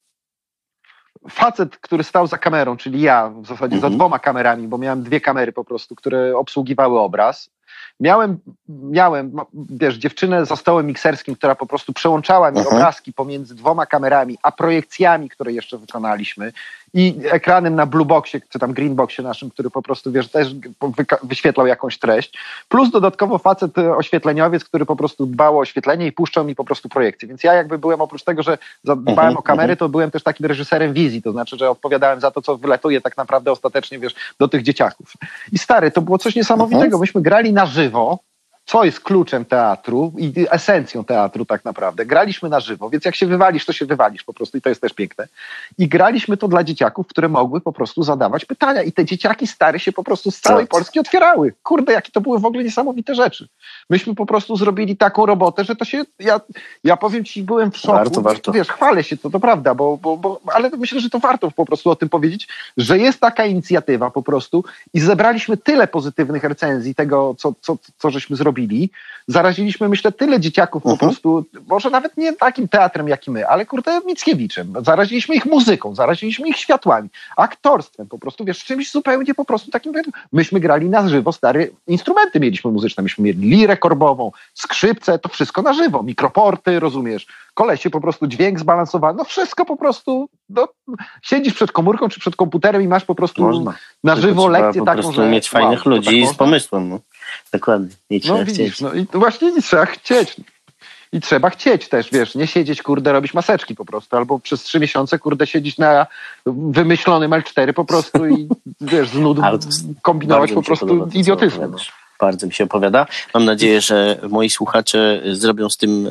facet, który stał za kamerą, czyli ja w zasadzie za 2 kamerami, bo miałem 2 kamery po prostu, które obsługiwały obraz. Miałem, wiesz, dziewczynę za stołem mikserskim, która po prostu przełączała mi obrazki pomiędzy 2 kamerami, a projekcjami, które jeszcze wykonaliśmy i ekranem na Blueboxie, czy tam Greenboxie naszym, który po prostu, wiesz, też wyświetlał jakąś treść. Plus dodatkowo facet oświetleniowiec, który po prostu dbał o oświetlenie i puszczał mi po prostu projekcje. Więc ja jakby byłem, oprócz tego, że dbałem o kamery, to byłem też takim reżyserem wizji, to znaczy, że odpowiadałem za to, co wylatuje tak naprawdę ostatecznie, wiesz, do tych dzieciaków. I stary, to było coś niesamowitego. Myśmy grali na żywo, co jest kluczem teatru i esencją teatru tak naprawdę. Graliśmy na żywo, więc jak się wywalisz, to się wywalisz po prostu i to jest też piękne. I graliśmy to dla dzieciaków, które mogły po prostu zadawać pytania i te dzieciaki stare się po prostu z całej Polski otwierały. Kurde, jakie to były w ogóle niesamowite rzeczy. Myśmy po prostu zrobili taką robotę, że to się, ja powiem ci, byłem w szoku. Warto. Wiesz, chwalę się, to prawda, ale myślę, że to warto po prostu o tym powiedzieć, że jest taka inicjatywa po prostu i zebraliśmy tyle pozytywnych recenzji tego, co żeśmy zrobili. Zaraziliśmy, myślę, tyle dzieciaków po prostu, może nawet nie takim teatrem jak i my, ale kurde Mickiewiczem. Zaraziliśmy ich muzyką, zaraziliśmy ich światłami, aktorstwem po prostu, wiesz, czymś zupełnie po prostu takim. Myśmy grali na żywo, stare instrumenty mieliśmy muzyczne, myśmy mieli lirę korbową, skrzypce, to wszystko na żywo, mikroporty, rozumiesz, kolesie po prostu dźwięk zbalansowany, no wszystko po prostu, no, siedzisz przed komórką czy przed komputerem i masz po prostu na żywo lekcję taką, po prostu mieć fajnych ludzi z pomysłem, no. Dokładnie. I trzeba chcieć. No i właśnie nie trzeba chcieć. I trzeba chcieć też, wiesz, nie siedzieć, kurde, robić maseczki po prostu, albo przez 3 miesiące, kurde, siedzieć na wymyślonym L4 po prostu i, wiesz, z nudu kombinować po prostu idiotyzmem. Bardzo mi się opowiada. Mam nadzieję, że moi słuchacze zrobią z tym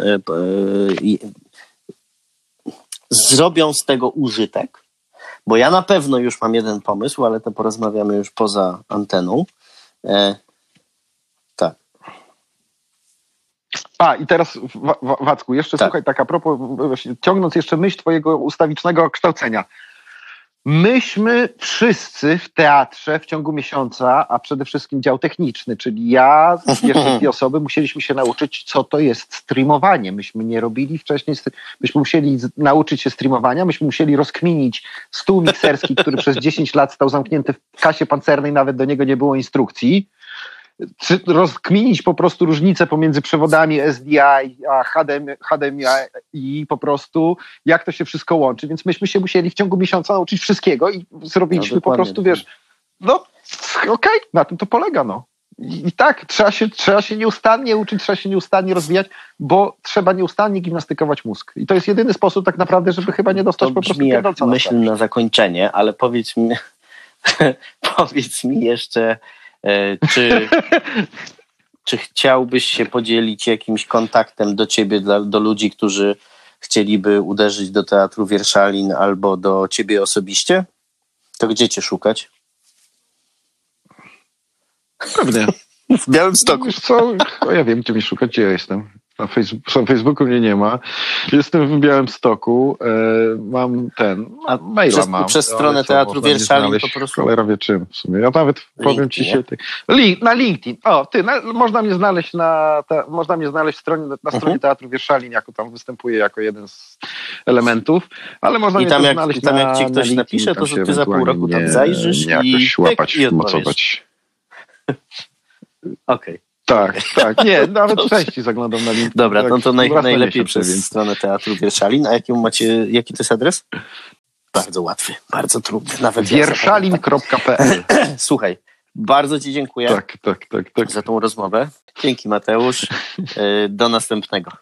zrobią z tego użytek, bo ja na pewno już mam jeden pomysł, ale to porozmawiamy już poza anteną. Tak. I teraz Wacku, jeszcze słuchaj, tak a propos, ciągnąc jeszcze myśl twojego ustawicznego kształcenia. Myśmy wszyscy w teatrze w ciągu miesiąca, a przede wszystkim dział techniczny, czyli ja, jeszcze 2 osoby, musieliśmy się nauczyć, co to jest streamowanie. Myśmy nie robili wcześniej, myśmy musieli nauczyć się streamowania, myśmy musieli rozkminić stół mikserski, który przez 10 lat stał zamknięty w kasie pancernej, nawet do niego nie było instrukcji. Rozkminić po prostu różnicę pomiędzy przewodami SDI a HDMI i po prostu jak to się wszystko łączy, więc myśmy się musieli w ciągu miesiąca nauczyć wszystkiego i zrobiliśmy po prostu, wiesz, no okej, na tym to polega, no. I tak, trzeba się nieustannie uczyć, trzeba się nieustannie rozwijać, bo trzeba nieustannie gimnastykować mózg. I to jest jedyny sposób tak naprawdę, żeby chyba nie dostać to po prostu jak myśl na zakończenie, ale powiedz mi, powiedz mi jeszcze, czy chciałbyś się podzielić jakimś kontaktem do ciebie, do ludzi, którzy chcieliby uderzyć do Teatru Wierszalin albo do ciebie osobiście? To gdzie cię szukać? Pewnie. W Białymstoku. Wiesz co? Ja wiem, gdzie mnie szukać, gdzie ja jestem. Na Facebooku mnie nie ma. Jestem w Białymstoku. Mam maila mam. Przez stronę Teatru Wierszalin po prostu. Cholera wie czym w sumie. Ja nawet powiem ci się... Na LinkedIn. Można mnie znaleźć na stronie Teatru Wierszalin, jako tam występuję jako jeden z elementów, ale można mnie znaleźć na LinkedIn. Jak ci ktoś napisze, to że ty za pół roku tam zajrzysz i jakoś łapać, mocować. Okej. Tak. Nie, nawet częściej zaglądam na LinkedIn. Dobra, to najlepiej przez stronę Teatru Wierszalin. A jaki to jest adres? Bardzo łatwy, bardzo trudny. Nawet wierszalin.pl. Słuchaj, bardzo ci dziękuję tak. za tą rozmowę. Dzięki, Mateusz. Do następnego.